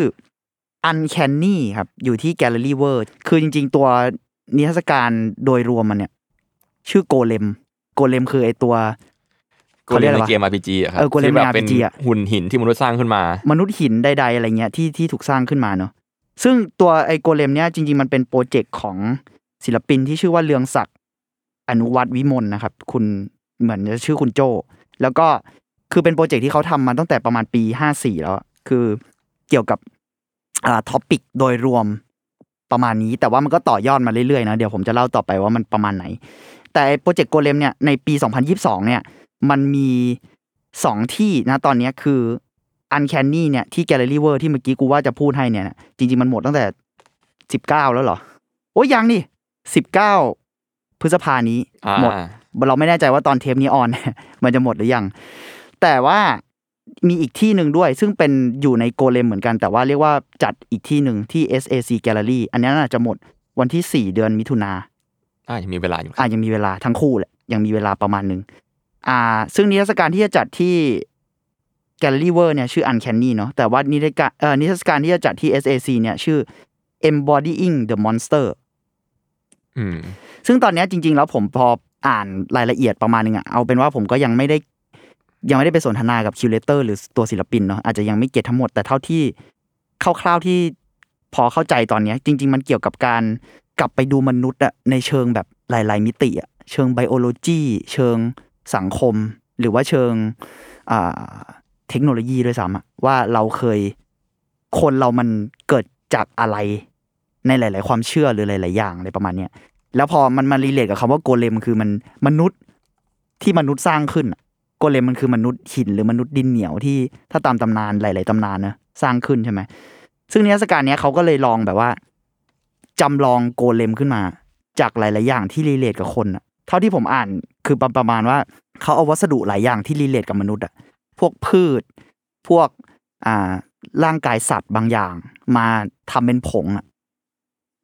[SPEAKER 7] Uncanny ครับอยู่ที่ Gallery World คือจริงๆตัวนิทรรศการโดยรวมมันเนี่ยชื่อโกเลมโกเลมคือไอตัว
[SPEAKER 6] เขาเรียกอะไรวะเกม อาร์ พี จี อ่ะครับ
[SPEAKER 7] ที่แบบเป็น
[SPEAKER 6] หุ่นหินที่มนุษย์สร้างขึ้นมาม
[SPEAKER 7] นุษย์หินใดๆอะไรเงี้ยที่ที่ถูกสร้างขึ้นมาเนาะซึ่งตัวไอโกเลมเนี้ยจริงๆมันเป็นโปรเจกต์ของศิลปินที่ชื่อว่าเลืองศักดิ์อนุวัฒน์วิมลนะครับคุณเหมือนจะชื่อคุณโจแล้วก็คือเป็นโปรเจกต์ที่เขาทำมาตั้งแต่ประมาณปีห้าสี่แล้วคือเกี่ยวกับอ่าท็อปิกโดยรวมประมาณนี้แต่ว่ามันก็ต่อยอดมาเรื่อยๆนะเดี๋ยวผมจะเล่าต่อไปว่ามันประมาณไหนแต่โปรเจกต์โกเลมเนี่ยในปีสองพันยี่สิบสองเนี่ยมันมีสองที่นะตอนนี้คือ Uncanny เนี่ยที่ Gallery World ที่เมื่อกี้กูว่าจะพูดให้เนี่ยจริงๆมันหมดตั้งแต่สิบเก้าแล้วเหรอโอ้ยยังนี่สิบเก้าพฤษภานี้หมดเราไม่แน่ใจว่าตอนเทปนี้ออนมันจะหมดหรือยังแต่ว่ามีอีกที่หนึ่งด้วยซึ่งเป็นอยู่ในโกเลมเหมือนกันแต่ว่าเรียกว่าจัดอีกที่หนึ่งที่ เอส เอ ซี Gallery อันนี้น่าจะหมดวันที่สี่เดือนมิถุนา
[SPEAKER 6] อ่ายังมีเวลาอยู่
[SPEAKER 7] อ่ายังมีเวลาทั้งคู่แหละยังมีเวลาประมาณนึงอ่าซึ่งนิทรรศการที่จะจัดที่ Gallery World เนี่ยชื่อ Uncanny เนาะแต่ว่านิทรรศการเอ่อนิทรรศการที่จะจัดที่ เอส เอ ซี เนี่ยชื่อ Embodying the Monster
[SPEAKER 6] อืม
[SPEAKER 7] ซึ่งตอนนี้จริงๆแล้วผมพออ่านรายละเอียดประมาณนึงอ่ะเอาเป็นว่าผมก็ยังไม่ได้ยังไม่ได้ไปสนทนากับคิวเรเตอร์หรือตัวศิลปินเนาะอาจจะยังไม่เก็ตทั้งหมดแต่เท่าที่คร่าวๆที่พอเข้าใจตอนนี้จริงๆมันเกี่ยวกับการกลับไปดูมนุษย์อะในเชิงแบบหลายๆมิติอะเชิงไบโอโลจีเชิงสังคมหรือว่าเชิงอ่าเทคโนโลยีด้วยซ้ำอะว่าเราเคยคนเรามันเกิดจากอะไรในหลายๆความเชื่อหรือหลายๆอย่างอะไรประมาณเนี้ยแล้วพอมันมารีเลทกับคำว่าโกเลมคือมันมนุษย์ที่มนุษย์สร้างขึ้นโกเลมมันคือมนุษย์หินหรือมนุษย์ดินเหนียวที่ถ้าตามตำนานหลายๆตำนานนะสร้างขึ้นใช่ไหมซึ่งนิทรรศการนี้เขาก็เลยลองแบบว่าจำลองโกเลมขึ้นมาจากหลายๆอย่างที่รีเลทกับคนอ่ะเท่าที่ผมอ่านคือประมาณว่าเขาเอาวัสดุหลายอย่างที่รีเลทกับมนุษย์อ่ะพวกพืชพวกอ่าร่างกายสัตว์บางอย่างมาทำเป็นผงอ่ะ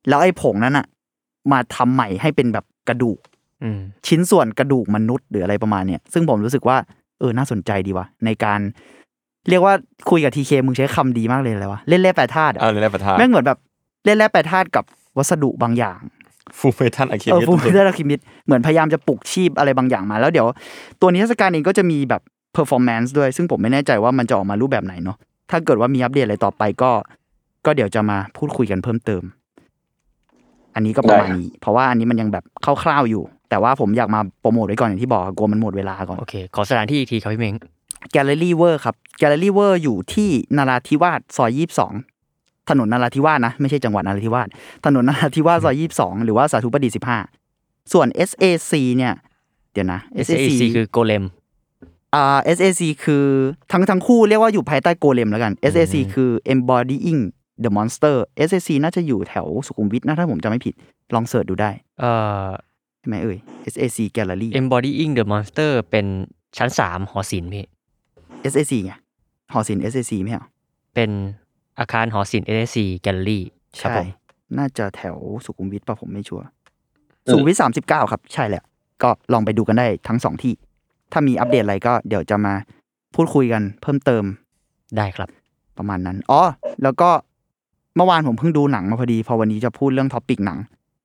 [SPEAKER 7] แล้วไอ้ผงนั้นอ่ะมาทำใหม่ให้เป็นแบบกระดูกชิ้นส่วนกระดูกมนุษย์หรืออะไรประมาณเนี้ยซึ่งผมรู้สึกว่าเออน่าสนใจดีว่ะในการเรียกว่าคุยกับ ที เค มึงใช้คำดีมากเลยอะไรวะเล่นแร่แปรธาตุอ่ะเล่นแร่แปรธาตุแม่งเหมือนแบบเล่นแร่แปรธาตุกับวัสดุบางอย่าง
[SPEAKER 6] ฟูเมทัลอะคิมิ
[SPEAKER 7] สเออฟูเมทัลอะคิมิสเหมือนพยายามจะปลุกชีพอะไรบางอย่างมาแล้วเดี๋ยวตัวนิทรรศการเองก็จะมีแบบเพอร์ฟอร์แมนซ์ด้วยซึ่งผมไม่แน่ใจว่ามันจะออกมารูปแบบไหนเนาะถ้าเกิดว่ามีอัปเดตอะไรต่อไปก็ก็เดี๋ยวจะมาพูดคุยกันเพิ่มเติมอันนี้ก็ประมาณนี้เพราะว่าอันนี้มันยังแบบคร่าวๆอยู่แต่ว่าผมอยากมาโปรโมทไว้ก่อนอย่างที่บอกกลัวมันหมดเวลาก่อน
[SPEAKER 8] โอเคขอสถานที่อีกทีครับพี่เม้ง
[SPEAKER 7] แกลเลอรี่เวอร์ครับแกลเลอรี่เวอร์อยู่ที่นราธิวาสซอยยี่สิบสองถนนนราธิวาสนะไม่ใช่จังหวัดนราธิวาสถนนนราธิวาสซอยยี่สิบสองหรือว่าสาธุประดิษฐ์สิบห้าส่วน เอส เอ ซี เนี่ยเดี๋ยวนะ
[SPEAKER 8] เอส เอ ซี คือโกเลม
[SPEAKER 7] อ่า เอส เอ ซี คือทั้งทั้งคู่เรียกว่าอยู่ภายใต้โกเลมแล้วกัน เอส เอ ซี คือ embodying the monster เอส เอ ซี น่าจะอยู่แถวสุขุมวิทนะถ้าผมจำไม่ผิดลองเสิร์ชดูได้
[SPEAKER 8] เอ่อ
[SPEAKER 7] ใช่มั้ยเอ่ย เอส เอ ซี Gallery
[SPEAKER 8] embodying the monster เป็นชั้นสามหอศิลป์พี่
[SPEAKER 7] เอส เอ ซี ไงหอศิลป์ เอส เอ ซี มั้ยอ่ะ
[SPEAKER 8] เป็นอาคารหอศิลป์ เอส เอ ซี Gallery
[SPEAKER 7] ครับผมน่าจะแถวสุขุมวิทป่ะผมไม่ชัวร์สุขุมวิทสามสิบเก้าครับใช่แหละก็ลองไปดูกันได้ทั้งสองที่ถ้ามีอัปเดตอะไรก็เดี๋ยวจะมาพูดคุยกันเพิ่มเติม
[SPEAKER 8] ได้ครับ
[SPEAKER 7] ประมาณนั้นอ๋อแล้วก็เมื่อวานผมเพิ่งดูหนังมาพอดีพอวันนี้จะพูดเรื่องท็อปิกหนัง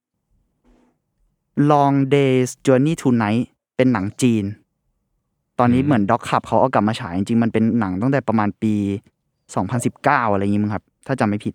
[SPEAKER 7] Long Days Journey to Night เป็นหนังจีนตอนนี้เหมือนด็อกคับเขาเอากลับมาฉายจริงๆมันเป็นหนังตั้งแต่ประมาณปีสองพันสิบเก้าอะไรอย่างงี้มั้งครับถ้าจำไม่ผิด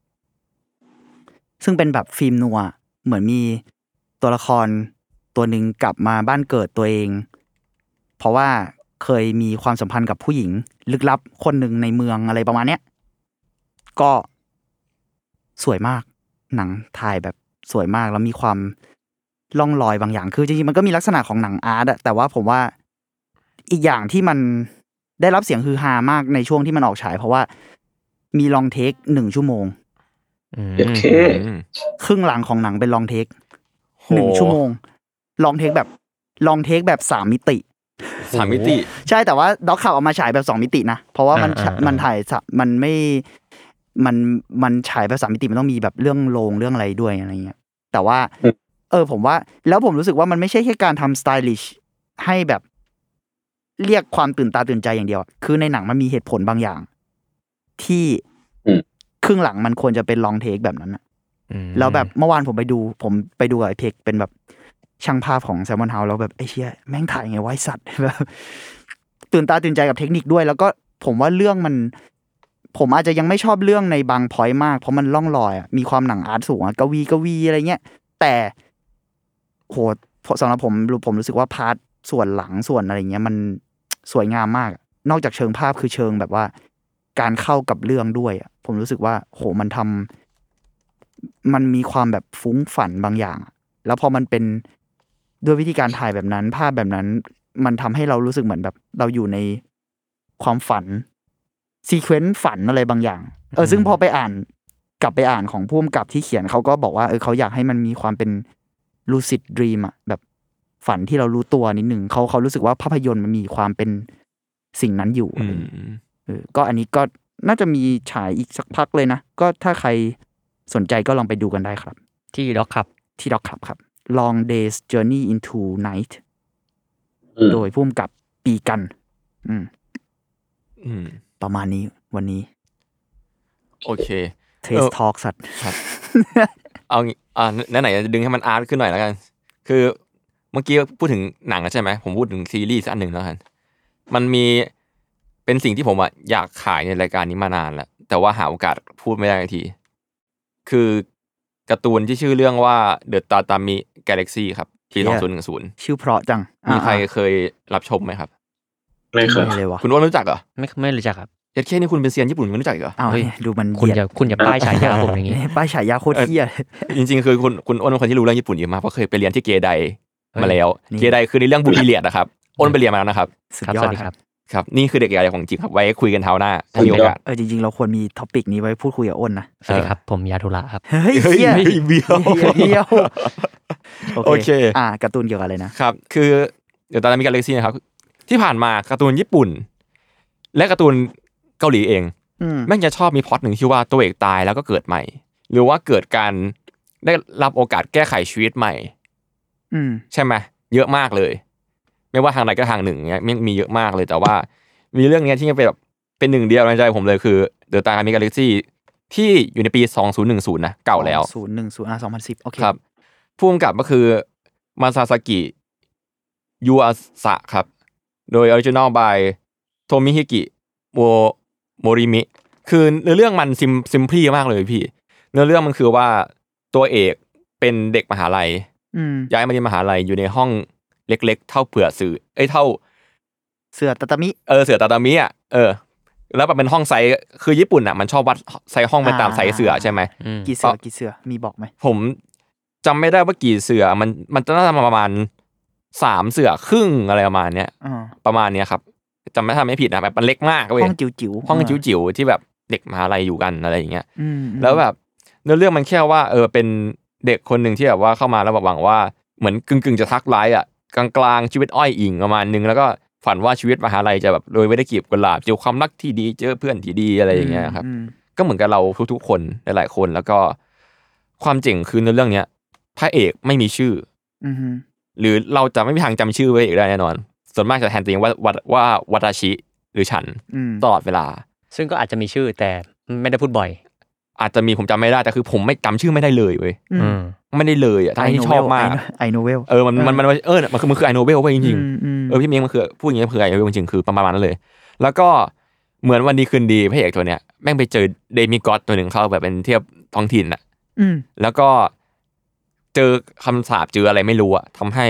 [SPEAKER 7] ซึ่งเป็นแบบฟิล์มนัวเหมือนมีตัวละครตัวหนึ่งกลับมาบ้านเกิดตัวเองเพราะว่าเคยมีความสัมพันธ์กับผู้หญิงลึกลับคนหนึ่งในเมืองอะไรประมาณเนี้ยก็สวยมากหนังถ่ายแบบสวยมากแล้วมีความล่องลอยบางอย่างคือจริงๆมันก็มีลักษณะของหนังอาร์ตอะแต่ว่าผมว่าอีกอย่างที่มันได้รับเสียงฮือฮามากในช่วงที่มันออกฉายเพราะว่ามีลองเทคหนึ่งชั่วโมง
[SPEAKER 5] โอเค
[SPEAKER 7] ครึ่งหลังของหนังเป็นลองเทคหนึ่งชั่วโมงลองเทคแบบลองเทคแบบสามมิติ
[SPEAKER 6] สามมิติ
[SPEAKER 7] ใช่แต่ว่าด็อกขับออกมาฉายแบบสองมิตินะเพราะว่ามันมันถ่ายมันไม่มันมันฉายแบบสามมิติมันต้องมีแบบเรื่องโลงเรื่องอะไรด้วยอะไรเงี้ยแต่ว่าเออผมว่าแล้วผมรู้สึกว่ามันไม่ใช่แค่การทำสไตลิชให้แบบเรียกความตื่นตาตื่นใจอย่างเดียวคือในหนังมันมีเหตุผลบางอย่างที่ครึ่งหลังมันควรจะเป็นลองเทคแบบนั้นนะแล้วแบบเมื่อวานผมไปดูผมไปดูกับไอ้เพกเป็นแบบช่างภาพของ Salmon House แล้วแบบไอ้เชี่ยแม่งถ่ายไงไว้สัตว์แบบตื่นตาตื่นใจกับเทคนิคด้วยแล้วก็ผมว่าเรื่องมันผมอาจจะยังไม่ชอบเรื่องในบางพอยต์มากเพราะมันล่องลอยอ่ะมีความหนังอาร์ตสูงอ่ะกวีกวีอะไรเงี้ยแต่โหสำหรับผมผมรู้สึกว่าพาร์ทส่วนหลังส่วนอะไรเงี้ยมันสวยงามมากนอกจากเชิงภาพคือเชิงแบบว่าการเข้ากับเรื่องด้วยอ่ะผมรู้สึกว่าโหมันทำมันมีความแบบฟุ้งฝันบางอย่างแล้วพอมันเป็นด้วยวิธีการถ่ายแบบนั้นภาพแบบนั้นมันทำให้เรารู้สึกเหมือนแบบเราอยู่ในความฝันซีเควนซ์ฝันอะไรบางอย่างเออซึ่งพอไปอ่านกลับไปอ่านของผู้กำกับที่เขียนเขาก็บอกว่าเออเขาอยากให้มันมีความเป็นลูซิดดรีมอ่ะแบบฝันที่เรารู้ตัวนิดนึงเขาเขารู้สึกว่าภาพยนตร์มันมีความเป็นสิ่งนั้นอยู่เออก็อันนี้ก็น่าจะมีฉายอีกสักพักเลยนะก็ถ้าใครสนใจก็ลองไปดูกันได้ครับ
[SPEAKER 8] ที่ด็อกคับ
[SPEAKER 7] ที่ด็อกคับครับ Long Days Journey into Night โดยผู้กำกับปีกันอืมอืมประมาณนี้วันนี้
[SPEAKER 6] โอเค
[SPEAKER 7] เทสทอล์กสัตว์
[SPEAKER 6] เอาอ่าไหนๆจะดึงให้มันอาร์ตขึ้นหน่อยแล้วกันคือเมื่อกี้พูดถึงหนังใช่ไหมผมพูดถึงซีรีส์อันหนึ่งแล้วกันมันมีเป็นสิ่งที่ผมอ่ะอยากขายในรายการนี้มานานแล้วแต่ว่าหาโอกาสพูดไม่ได้ทีคือการ์ตูนที่ชื่อเรื่องว่า The Tatami Galaxy ครับปีสองพันสิบ
[SPEAKER 7] ชื่อเพราะจัง
[SPEAKER 6] มีใครเคยรับชมไหมครับ
[SPEAKER 5] ไม่เคย
[SPEAKER 7] เลยวะ
[SPEAKER 6] คุณอ้วนรู้จักเหรอ
[SPEAKER 8] ไม่ไม่รู้จักครับ
[SPEAKER 6] เอ็ดเคนี่คุณเป็นเซียนญี่ปุ่นคุณรู้จักเหรอ
[SPEAKER 7] อ้าวดูมัน
[SPEAKER 8] คุณอย่าคุณอย่าป้ายฉายาผมอย่างงี้
[SPEAKER 7] ป้ายฉายาโคตรเหี้ย
[SPEAKER 6] จริงๆคือคุณคุณอ้วนเป็นคนที่รู้เรื่องญี่ปุ่นเยอะมากเพราะเคยไปเรียนที่เกไดมาแล้วเกไดคือในเรื่องบูอิเลียดนะครับอ้วนไปเรียนมาแล้วนะครับ
[SPEAKER 8] ครับสวัสดีครับ
[SPEAKER 6] ครับนี่คือเด็กใหญ่ของจริงครับไว้คุยกันเท้าหน้าถ้ามีโอกาส
[SPEAKER 7] เออจริงๆเราควรมีท็อปิกนี้ไว้พูดคุยกับอ้นนะ
[SPEAKER 8] สวัสดีครับผมยาธุระครับ
[SPEAKER 7] เฮ้ยเหี้ยเบี้ยวเบี้ยวโอเคอ่าการ์ตูนเกี่ยวกับอะไรนะครับ
[SPEAKER 6] คือเดี๋ยวตอนนั้นมีGalaxyนะครับที่ผ่านมาการ์ตูนญี่ปุ่นและการ์ตูนเกาหลีเองแม่งจะชอบมีพล็อตหนึ่งที่ว่าตัวเอกตายแล้วก็เกิดใหม่หรือว่าเกิดการได้รับโอกาสแก้ไขชีวิตใหม่
[SPEAKER 7] อืม
[SPEAKER 6] ใช่ไหมเยอะมากเลยไม่ว่าทางใดก็ทางหนึ่งเนี้ยมีเยอะมากเลยแต่ว่ามีเรื่องนี้ที่เป็นแบบเป็นหนึ่งเดียวในใจผมเลยคือ The Takamis Galaxy ที่อยู่ในปีสองพันสิบนะเก่าแล้ว
[SPEAKER 7] สองพันสิบอ่ะสองพันสิบโอเค
[SPEAKER 6] ครับผู้กำกับก็คือมาซาซากิยูอาสะครับโดย Original by โทมิฮิกิโมโมริมิคือเนื้อเรื่องมันซิมซิมพลีมากเลยพี่เนื้อเรื่องมันคือว่าตัวเอกเป็นเด็กมหาลัยย้ายมาเรียนมหาลัยอยู่ในห้องเล็กๆเท่าเผื่อสื่อเอ้ยเท่า
[SPEAKER 7] เสื่อตาตามิ
[SPEAKER 6] เออเสื่อตาตามิอ่ะเออแล้วแบบเป็นห้องไซส์คือญี่ปุ่นอ่ะมันชอบวัดไซส์ห้องไปตามไซส์เสื่อใช่ไหม
[SPEAKER 7] กี่เสื่อกี่เสื่อมีบอกไหม
[SPEAKER 6] ผมจำไม่ได้ว่ากี่เสื่อมันมันจะน่าจะประมาณสามเสื่อครึ่งอะไรประมาณเนี้ยประมาณเนี้ยครับจำไม่ทำไม่ผิดนะแบบมันเล็กมากเว้ย
[SPEAKER 7] ห้องจิ๋ว
[SPEAKER 6] ๆห้องจิ๋วๆที่แบบเด็กมหาลัยอยู่กันอะไรอย่างเงี้ยแล้วแบบเนื้อเรื่องมันแค่ว่าเออเป็นเด็กคนหนึ่งที่แบบว่าเข้ามาแล้วแบบหวังว่าเหมือนกึ่งๆจะทักไลฟ์อ่ะกลางๆชีวิตอ้อยอิงประมาณนึงแล้วก็ฝันว่าชีวิตมหาลัยจะแบบโดยไม่ได้กีบกุหลาบเจอความรักที่ดีเจอเพื่อนที่ดีอะไรอย่างเงี้ยครับก็เหมือนกับเราทุกๆคนหลายๆคนแล้วก็ความเจ๋งคือในเรื่องเนี้ยพระเอกไม่มีชื่อหรือเราจะไม่มีทางจำชื่อพระเอกได้แน่นอนส่วนมากจะแทนตัวเองว่าว่าวัตาชิหรือฉันตลอดเวลา
[SPEAKER 8] ซึ่งก็อาจจะมีชื่อแต่ไม่ได้พูดบ่อย
[SPEAKER 6] อาจจะมีผมจำไม่ได้แต่คือผมไม่จำชื่อไม่ได้เลยเว้ยไม่ได้เลยอ่ะทั้งที่ชอบมาก
[SPEAKER 7] ไอโนเวล
[SPEAKER 6] เออมันมันมันเออมันคือมันคือไอโนเวลเว้ยจริงๆเออพี่เมงมันคือพูดอย่างนี้คือไอโนเวลจริงๆคือประมาณนั้นเลยแล้วก็เหมือนวันดีคืนดีพระเอกตัวเนี้ยแม่งไปเจอเดมิก็อดตัวหนึ่งเข้าแบบเป็นเทียบท้องถิ่นอ่ะแล้วก็เจอคำสาปเจออะไรไม่รู้อ่ะทำให้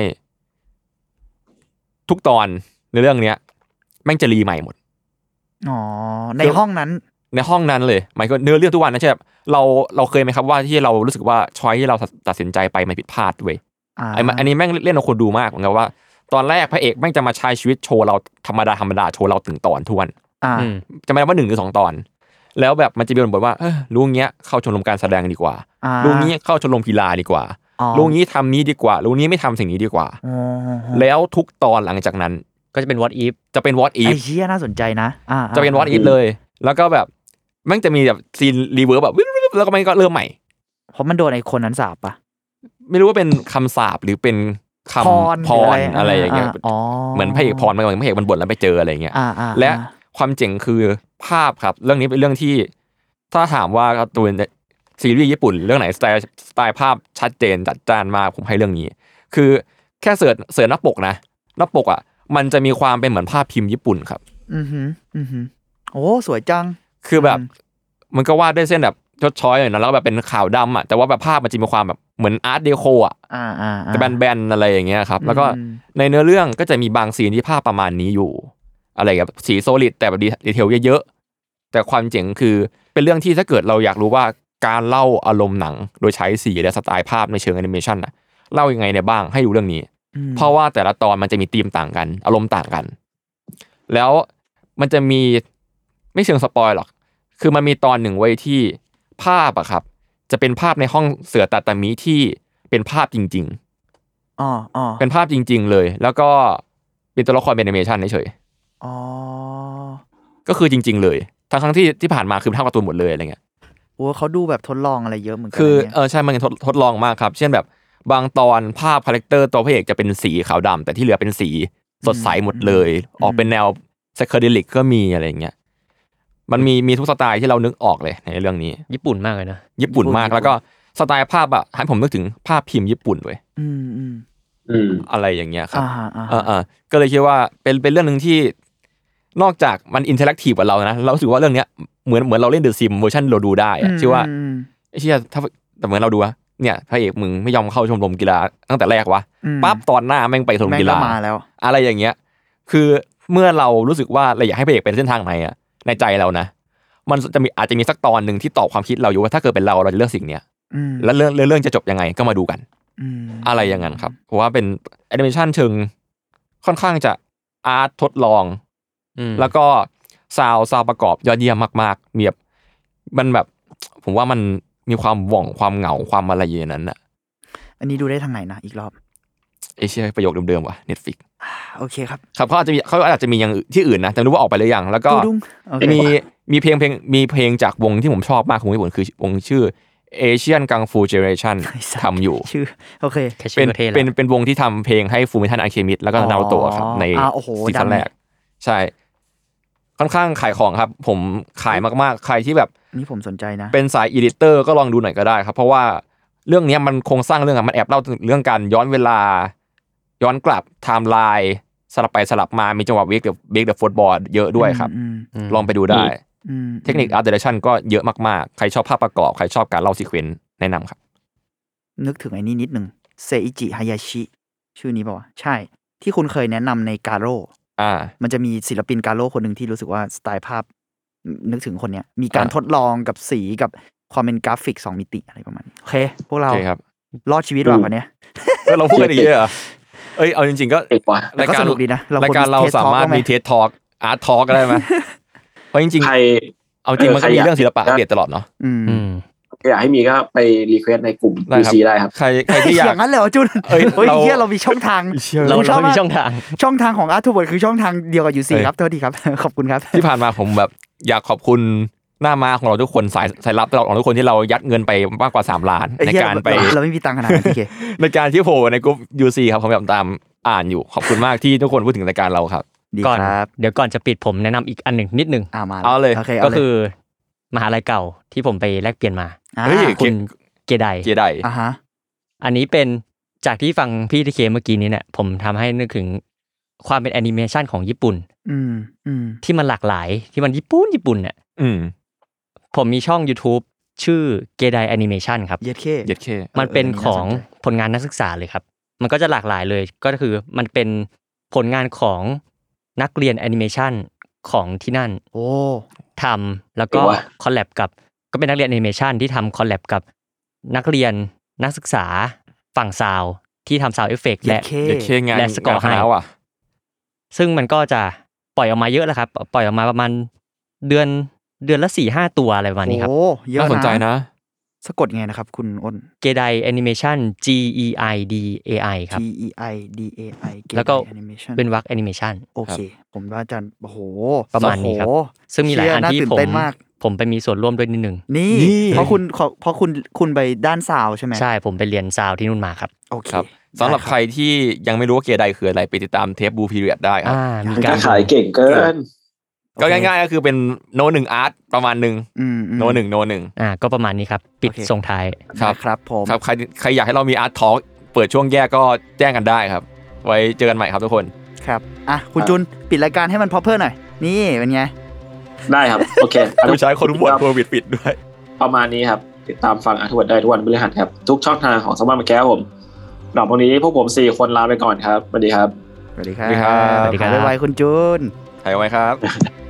[SPEAKER 6] ทุกตอนในเรื่องเนี้ยแม่งจะรีใหม่หมด
[SPEAKER 7] อ๋อในห้องนั้น
[SPEAKER 6] ในห้องนั้นเลยหมายก็เนื้อเรื่องทุกวันนะใช่แบบเราเราเคยไหมครับว่าที่เรารู้สึกว่าช้อยที่เราตัดสินใจไปมันผิดพลาดเว้ยไอ้อันนี้แม่งเล่นเอาคนดูมากเหมือนกันว่าตอนแรกพระเอกแม่งจะมาใช้ชีวิตโชว์เราธรรมดาธรรมดาโชว์เราถึงตอนทุกวันจะไม่ได้ว่าหนึ่งหรือสองตอนแล้วแบบมันจะมีบทว่าเออรู้งี้เข้าชมรมการแสดงดีกว่ารู้งี้เข้าชมรมกีฬาดีกว่ารู้งี้ทำนี้ดีกว่ารู้งี้ไม่ทำสิ่งนี้ดีกว่าแล้วทุกตอนหลังจากนั้น
[SPEAKER 8] ก็จะเป็น what if
[SPEAKER 6] จะเป็น what if
[SPEAKER 7] ไอ้เหี้ยน่าสนใจนะ
[SPEAKER 6] จะเป็น what if เลยแล้วก็แบบมันจะมีแบบซีนรีเวิร์บแบบแล้วก็มันก็เริ่มใหม่
[SPEAKER 7] เพราะมันโดนไอ้คนนั้นสาปปะ
[SPEAKER 6] ไม่รู้ว่าเป็นคำสาปหรือเป็นคำพรอะไรอย่างเงี้ยเหมือนพระเอกพรมันเหมือนพระเอกมันบ่นแล้วไปเจออะไรเงี้ยและความเจ๋งคือภาพครับเรื่องนี้เป็นเรื่องที่ถ้าถามว่าการ์ตูนซีรีส์ญี่ปุ่นเรื่องไหนสไตล์สไตล์ภาพชัดเจนจัดจ้านมากผมให้เรื่องนี้คือแค่เสิร์ชเสิร์ชหน้าปกนะหน้าปกอ่ะมันจะมีความเป็นเหมือนภาพพิมพ์ญี่ปุ่นครับ
[SPEAKER 7] อือหืออือหือโอ้สวยจัง
[SPEAKER 6] คือแบบมันก็วาดด้วยเส้นแบบชดช้อยหน่อยนะแล้วแบบเป็นขาวดำอ่ะแต่ว่าแบบภาพมันจะมีความแบบเหมือนอาร์ตเดโคอ่ะแต่แบนๆอะไรอย่างเงี้ยครับแล้วก็ในเนื้อเรื่องก็จะมีบางซีนที่ภาพประมาณนี้อยู่อะไรแบบสีโซลิดแต่แบบดีเทลเยอะๆแต่ความเจ๋งคือเป็นเรื่องที่ถ้าเกิดเราอยากรู้ว่าการเล่าอารมณ์หนังโดยใช้สีและสไตล์ภาพในเชิงแอนิเมชันน่ะเล่ายังไงเนี่ยบ้างให้ดูเรื่องนี้เพราะว่าแต่ละตอนมันจะมีธีมต่างกันอารมณ์ต่างกันแล้วมันจะมีไม่เชิงสปอยหรอกคือมันมีตอนหนึ่งไว้ที่ภาพอะครับจะเป็นภาพในห้องเสือตาตามิที่เป็นภาพจริงๆอ๋ออ๋อเป็นภาพจริงๆเลยแล้วก็เป็นตัวละครเป็นแอนิเมชันเฉยๆอ๋อก็คือจริงๆเลยทั้งๆที่ที่ผ่านมาคือภาพการ์ตูนหมดเลยอะไรเงี้ย
[SPEAKER 7] โอ้เขาดูแบบทดลองอะไรเยอะเหมือนกั
[SPEAKER 6] นคือเออใช่มันทดทดลองมากครับเช่นแบบบางตอนภาพคาแรคเตอร์ตัวพระเอกจะเป็นสีขาวดำแต่ที่เหลือเป็นสีสดใสหมดเลยออกเป็นแนวไซเคเดลิกก็มีอะไรอย่างเงี้ยมันมีมีทุกสไตล์ที่เรานึกออกเลยในเรื่องนี้
[SPEAKER 8] ญี่ปุ่นมากเลยนะ
[SPEAKER 6] ญี่ปุ่นมากแล้วก็สไตล์ภาพอะให้ผมนึกถึงภาพพิมพ์ญี่ปุ่นเว้ยอืมอืมอืมอะไรอย่างเงี้ยครับอ่าอ่าก็เลยคิดว่าเป็นเป็นเรื่องนึงที่นอกจากมันอินเทอร์แอคทีฟกับเรานะเรารู้สึกว่าเรื่องเนี้ยเหมือนเหมือนเราเล่นเดอะซิมเวอร์ชันเราดูได้อะชื่อว่าไอ้เชี่ยถ้าแต่เหมือนเราดูว่าเนี่ยพระเอกมึงไม่ยอมเข้าชมรมกีฬาตั้งแต่แรกวะปั๊บตอนหน้าแม่งไปชมรมกีฬาอะไรอย่างเงี้ยคือเมื่อเรารู้สึกว่าเราอยากให้พระเอกเป็นเส้นทางไหนอะในใจเรานะมันจะมีอาจจะมีสักตอนนึงที่ตอบความคิดเราอยู่ว่าถ้าเกิดเป็นเราเราจะเลือกสิ่งเนี้ยแล้วเรื่องเรื่องจะจบยังไงก็มาดูกันอะไรอย่างนั้นครับเพราะว่าเป็นแอนิเมชันเชิงค่อนข้างจะอาร์ตทดลองแล้วก็ซาวซาวประกอบยอดเยี่ยมมากๆมีแบบมันแบบผมว่ามันมีความหว่องความเหงาความอะไรอย่างนั้นน่ะ
[SPEAKER 7] อันนี้ดูได้ทางไหนนะอีกรอบ
[SPEAKER 6] เอเชียประโยคเดิมๆว่ะ Netflix
[SPEAKER 7] โอเคครับ
[SPEAKER 6] ครับเขาอาจจะมีเขาอาจจะมีอย่างที่อื่นนะแต่ไม่รู้ว่าออกไปหรือยังแล้วก็มีมีเพลงเพลงมีเพลงจากวงที่ผมชอบมากของญี่ปุ่นคือวงชื่อ Asian Kung Fu Generation ทำอยู่
[SPEAKER 7] ชื่อโอเค
[SPEAKER 6] เป็นเป็นเป็นวงที่ทำเพลงให้ Fullmetal Alchemist แล้วก็ Naruto ครับในซีซั่นแรกใช่ค่อนข้างขายของครับผมขายมากๆใครที่แบบ
[SPEAKER 7] นี่ผมสนใจนะ
[SPEAKER 6] เป็นสายอีดิเตอร์ก็ลองดูหน่อยก็ได้ครับเพราะว่าเรื่องนี้มันโครงสร้างเรื่องมันแอบเล่าเรื่องการย้อนเวลาย้อนกลับไทม์ไลน์สลับไปสลับมามีจังหวะเบรกเดอะเบรกเดอะฟุตบอลเยอะด้วยครับลองไปดูได้เทคนิคอาร์ตเดเรชั่นก็เยอะมากๆใครชอบภาพประกอบใครชอบการเล่าซีเควนซ์แนะนำครับ
[SPEAKER 7] นึกถึงไอ้นี่นิดนึงเซอิจิฮายาชิชื่อนี้ป่าวใช่ที่คุณเคยแนะนำในกาโร่
[SPEAKER 6] อ่า
[SPEAKER 7] มันจะมีศิลปินกาโร่คนหนึ่งที่รู้สึกว่าสไตล์ภาพนึกถึงคนเนี้ยมีการทดลองกับสีกับความเป็นกราฟิกสองมิติอะไรประมาณนี้โอเคพวกเรารอดชีวิตว่ะวันเนี้ย
[SPEAKER 6] เราพูดกันอย่างนี้เหรอเอ้ยเอาจริงๆก็
[SPEAKER 7] รายการสนุกดีนะ
[SPEAKER 6] รายการเราสามารถมีเทสทอล์กอาร์ตทอล์กได้ไหมเพราะจริงๆเอาจริงมันก็มีเรื่องศิลปะอัปเดตตลอดเนาะ
[SPEAKER 5] อยากให้มีก็ไปรีเควสในกลุ่ม ยู ซี ได้ครับ
[SPEAKER 6] ใครใครที่อยาก
[SPEAKER 7] อย่างนั้นเลยเหรอจุนเฮ้ยเหี้ยเรามีช่องทาง
[SPEAKER 8] เราเรามีช่องทาง
[SPEAKER 7] ช่องทางของ Art to World คือช่องทางเดียวกับ ยู ซี ครับโทษทีครับขอบคุณครับ
[SPEAKER 6] ที่ผ่านมาผมแบบอยากขอบคุณหน้าม้าของเราทุกคนสายสายลับตลอดของทุกคนที่เรายัดเงินไปมากกว่าสามล้านในการไป
[SPEAKER 7] เราไม่มีตังค์ขนาดนั้นโอเค
[SPEAKER 6] ในการที่โผล่ในกลุ่ม ยู ซี ครับผมแบบตามอ่านอยู่ขอบคุณมากที่ทุกคนพูดถึงรายการเราครับ
[SPEAKER 8] ก่อนเดี๋ยวก่อนจะปิดผมแนะนำอีกอันหนึ่งนิดนึง
[SPEAKER 6] เอาเลย
[SPEAKER 8] ก็คือมหาลัยเก่าที่ผมไปแลกเปลี่ยนมาคุณเกได
[SPEAKER 6] เกได
[SPEAKER 7] อ่าฮะ
[SPEAKER 8] อันนี้เป็นจากที่ฟังพี่ทีเคเมื่อกี้นี้เนี่ยผมทำให้นึกถึงความเป็นแอนิเมชันของญี่ปุ่น
[SPEAKER 7] อืมอืม
[SPEAKER 8] ที่มันหลากหลายที่มันญี่ปุ่นญี่ปุ่นเนี่ย
[SPEAKER 6] อืม
[SPEAKER 8] ผมมีช่อง YouTube ชื่อเกไดแอนิเมชันครับ
[SPEAKER 7] เย็ดเค
[SPEAKER 6] เย็ดเค
[SPEAKER 8] มันเป็นของผลงานนักศึกษาเลยครับมันก็จะหลากหลายเลยก็คือมันเป็นผลงานของนักเรียนแอนิเมชันของที่นั่น
[SPEAKER 7] โอ้
[SPEAKER 8] ทำแล้วก็คอลแลบกับก็เป็นนักเรียนแอนิเมชันที่ทำคอลแลบกับนักเรียนนักศึกษาฝั่งซาวที่ทำซาวเอฟเฟกต์และและสกอร์ให้ซึ่งมันก็จะปล่อยออกมาเยอะแล้วครับปล่อยออกมาประมาณเดือนเดือนละ สี่ห้า ตัวอะไรประมาณนี้ครับ
[SPEAKER 7] โอ้เยอะ
[SPEAKER 6] น่าสนใจนะ
[SPEAKER 7] สะกดไงนะครับคุณอ้น
[SPEAKER 8] เกไดแอนิเมชัน G E I D A I ครับ
[SPEAKER 7] G E I D A I
[SPEAKER 8] แล้วก็เป็นวรรคแอนิเมชัน
[SPEAKER 7] โอเคผมว่าจะโอ้โห
[SPEAKER 8] ประมาณนี้ครับซึ่งมีหลายอันที่ผมผมไปมีส่วนร่วมด้วยนิดนึง
[SPEAKER 7] นี่เพราะคุณเพราะคุณคุณไปด้านซาวใช่ไหม
[SPEAKER 8] ใช่ผมไปเรียนซาวที่นู่นมาครับ
[SPEAKER 7] โอเค
[SPEAKER 6] สำหรับใครที่ยังไม่รู้ว่าเกไดคืออะไรไปติดตามเทปบูพีเรียดได้ครับ
[SPEAKER 5] มีการขายเก่งเกิน
[SPEAKER 6] ก็ง่ายๆก็คือเป็นโนหนึ่งอาร์ตประมาณหนึ่งโนหนึ่งโนหนึ่ง
[SPEAKER 8] อ่าก็ประมาณนี้ครับปิดส่งท้าย
[SPEAKER 6] ครับ
[SPEAKER 7] ครับผม
[SPEAKER 6] ครับใครใครอยากให้เรามีอาร์ตทอล์กเปิดช่วงแยกก็แจ้งกันได้ครับไว้เจอกันใหม่ครับทุกคน
[SPEAKER 7] ครับอ่ะคุณจุนปิดรายการให้มันพอเพิ่มหน่อยนี่เป็นไง
[SPEAKER 5] ได้ครับโอเค
[SPEAKER 6] ผู้ชายคนบวชโควิดปิดด้วย
[SPEAKER 5] ประมาณนี้ครับติดตามฟังอาร์ตเวิร์ดได้ทุกวันพฤหัสครับทุกช่องทางของสมาร์ทมาแก้วผมดอกวันนี้พวกผมสี่คนลาไปก่อนครับสวัสดีครับ
[SPEAKER 7] สวัสดีครับสวัสดีครับบ๊ายบายคุณจุน
[SPEAKER 6] ถ่ายไว้ครับ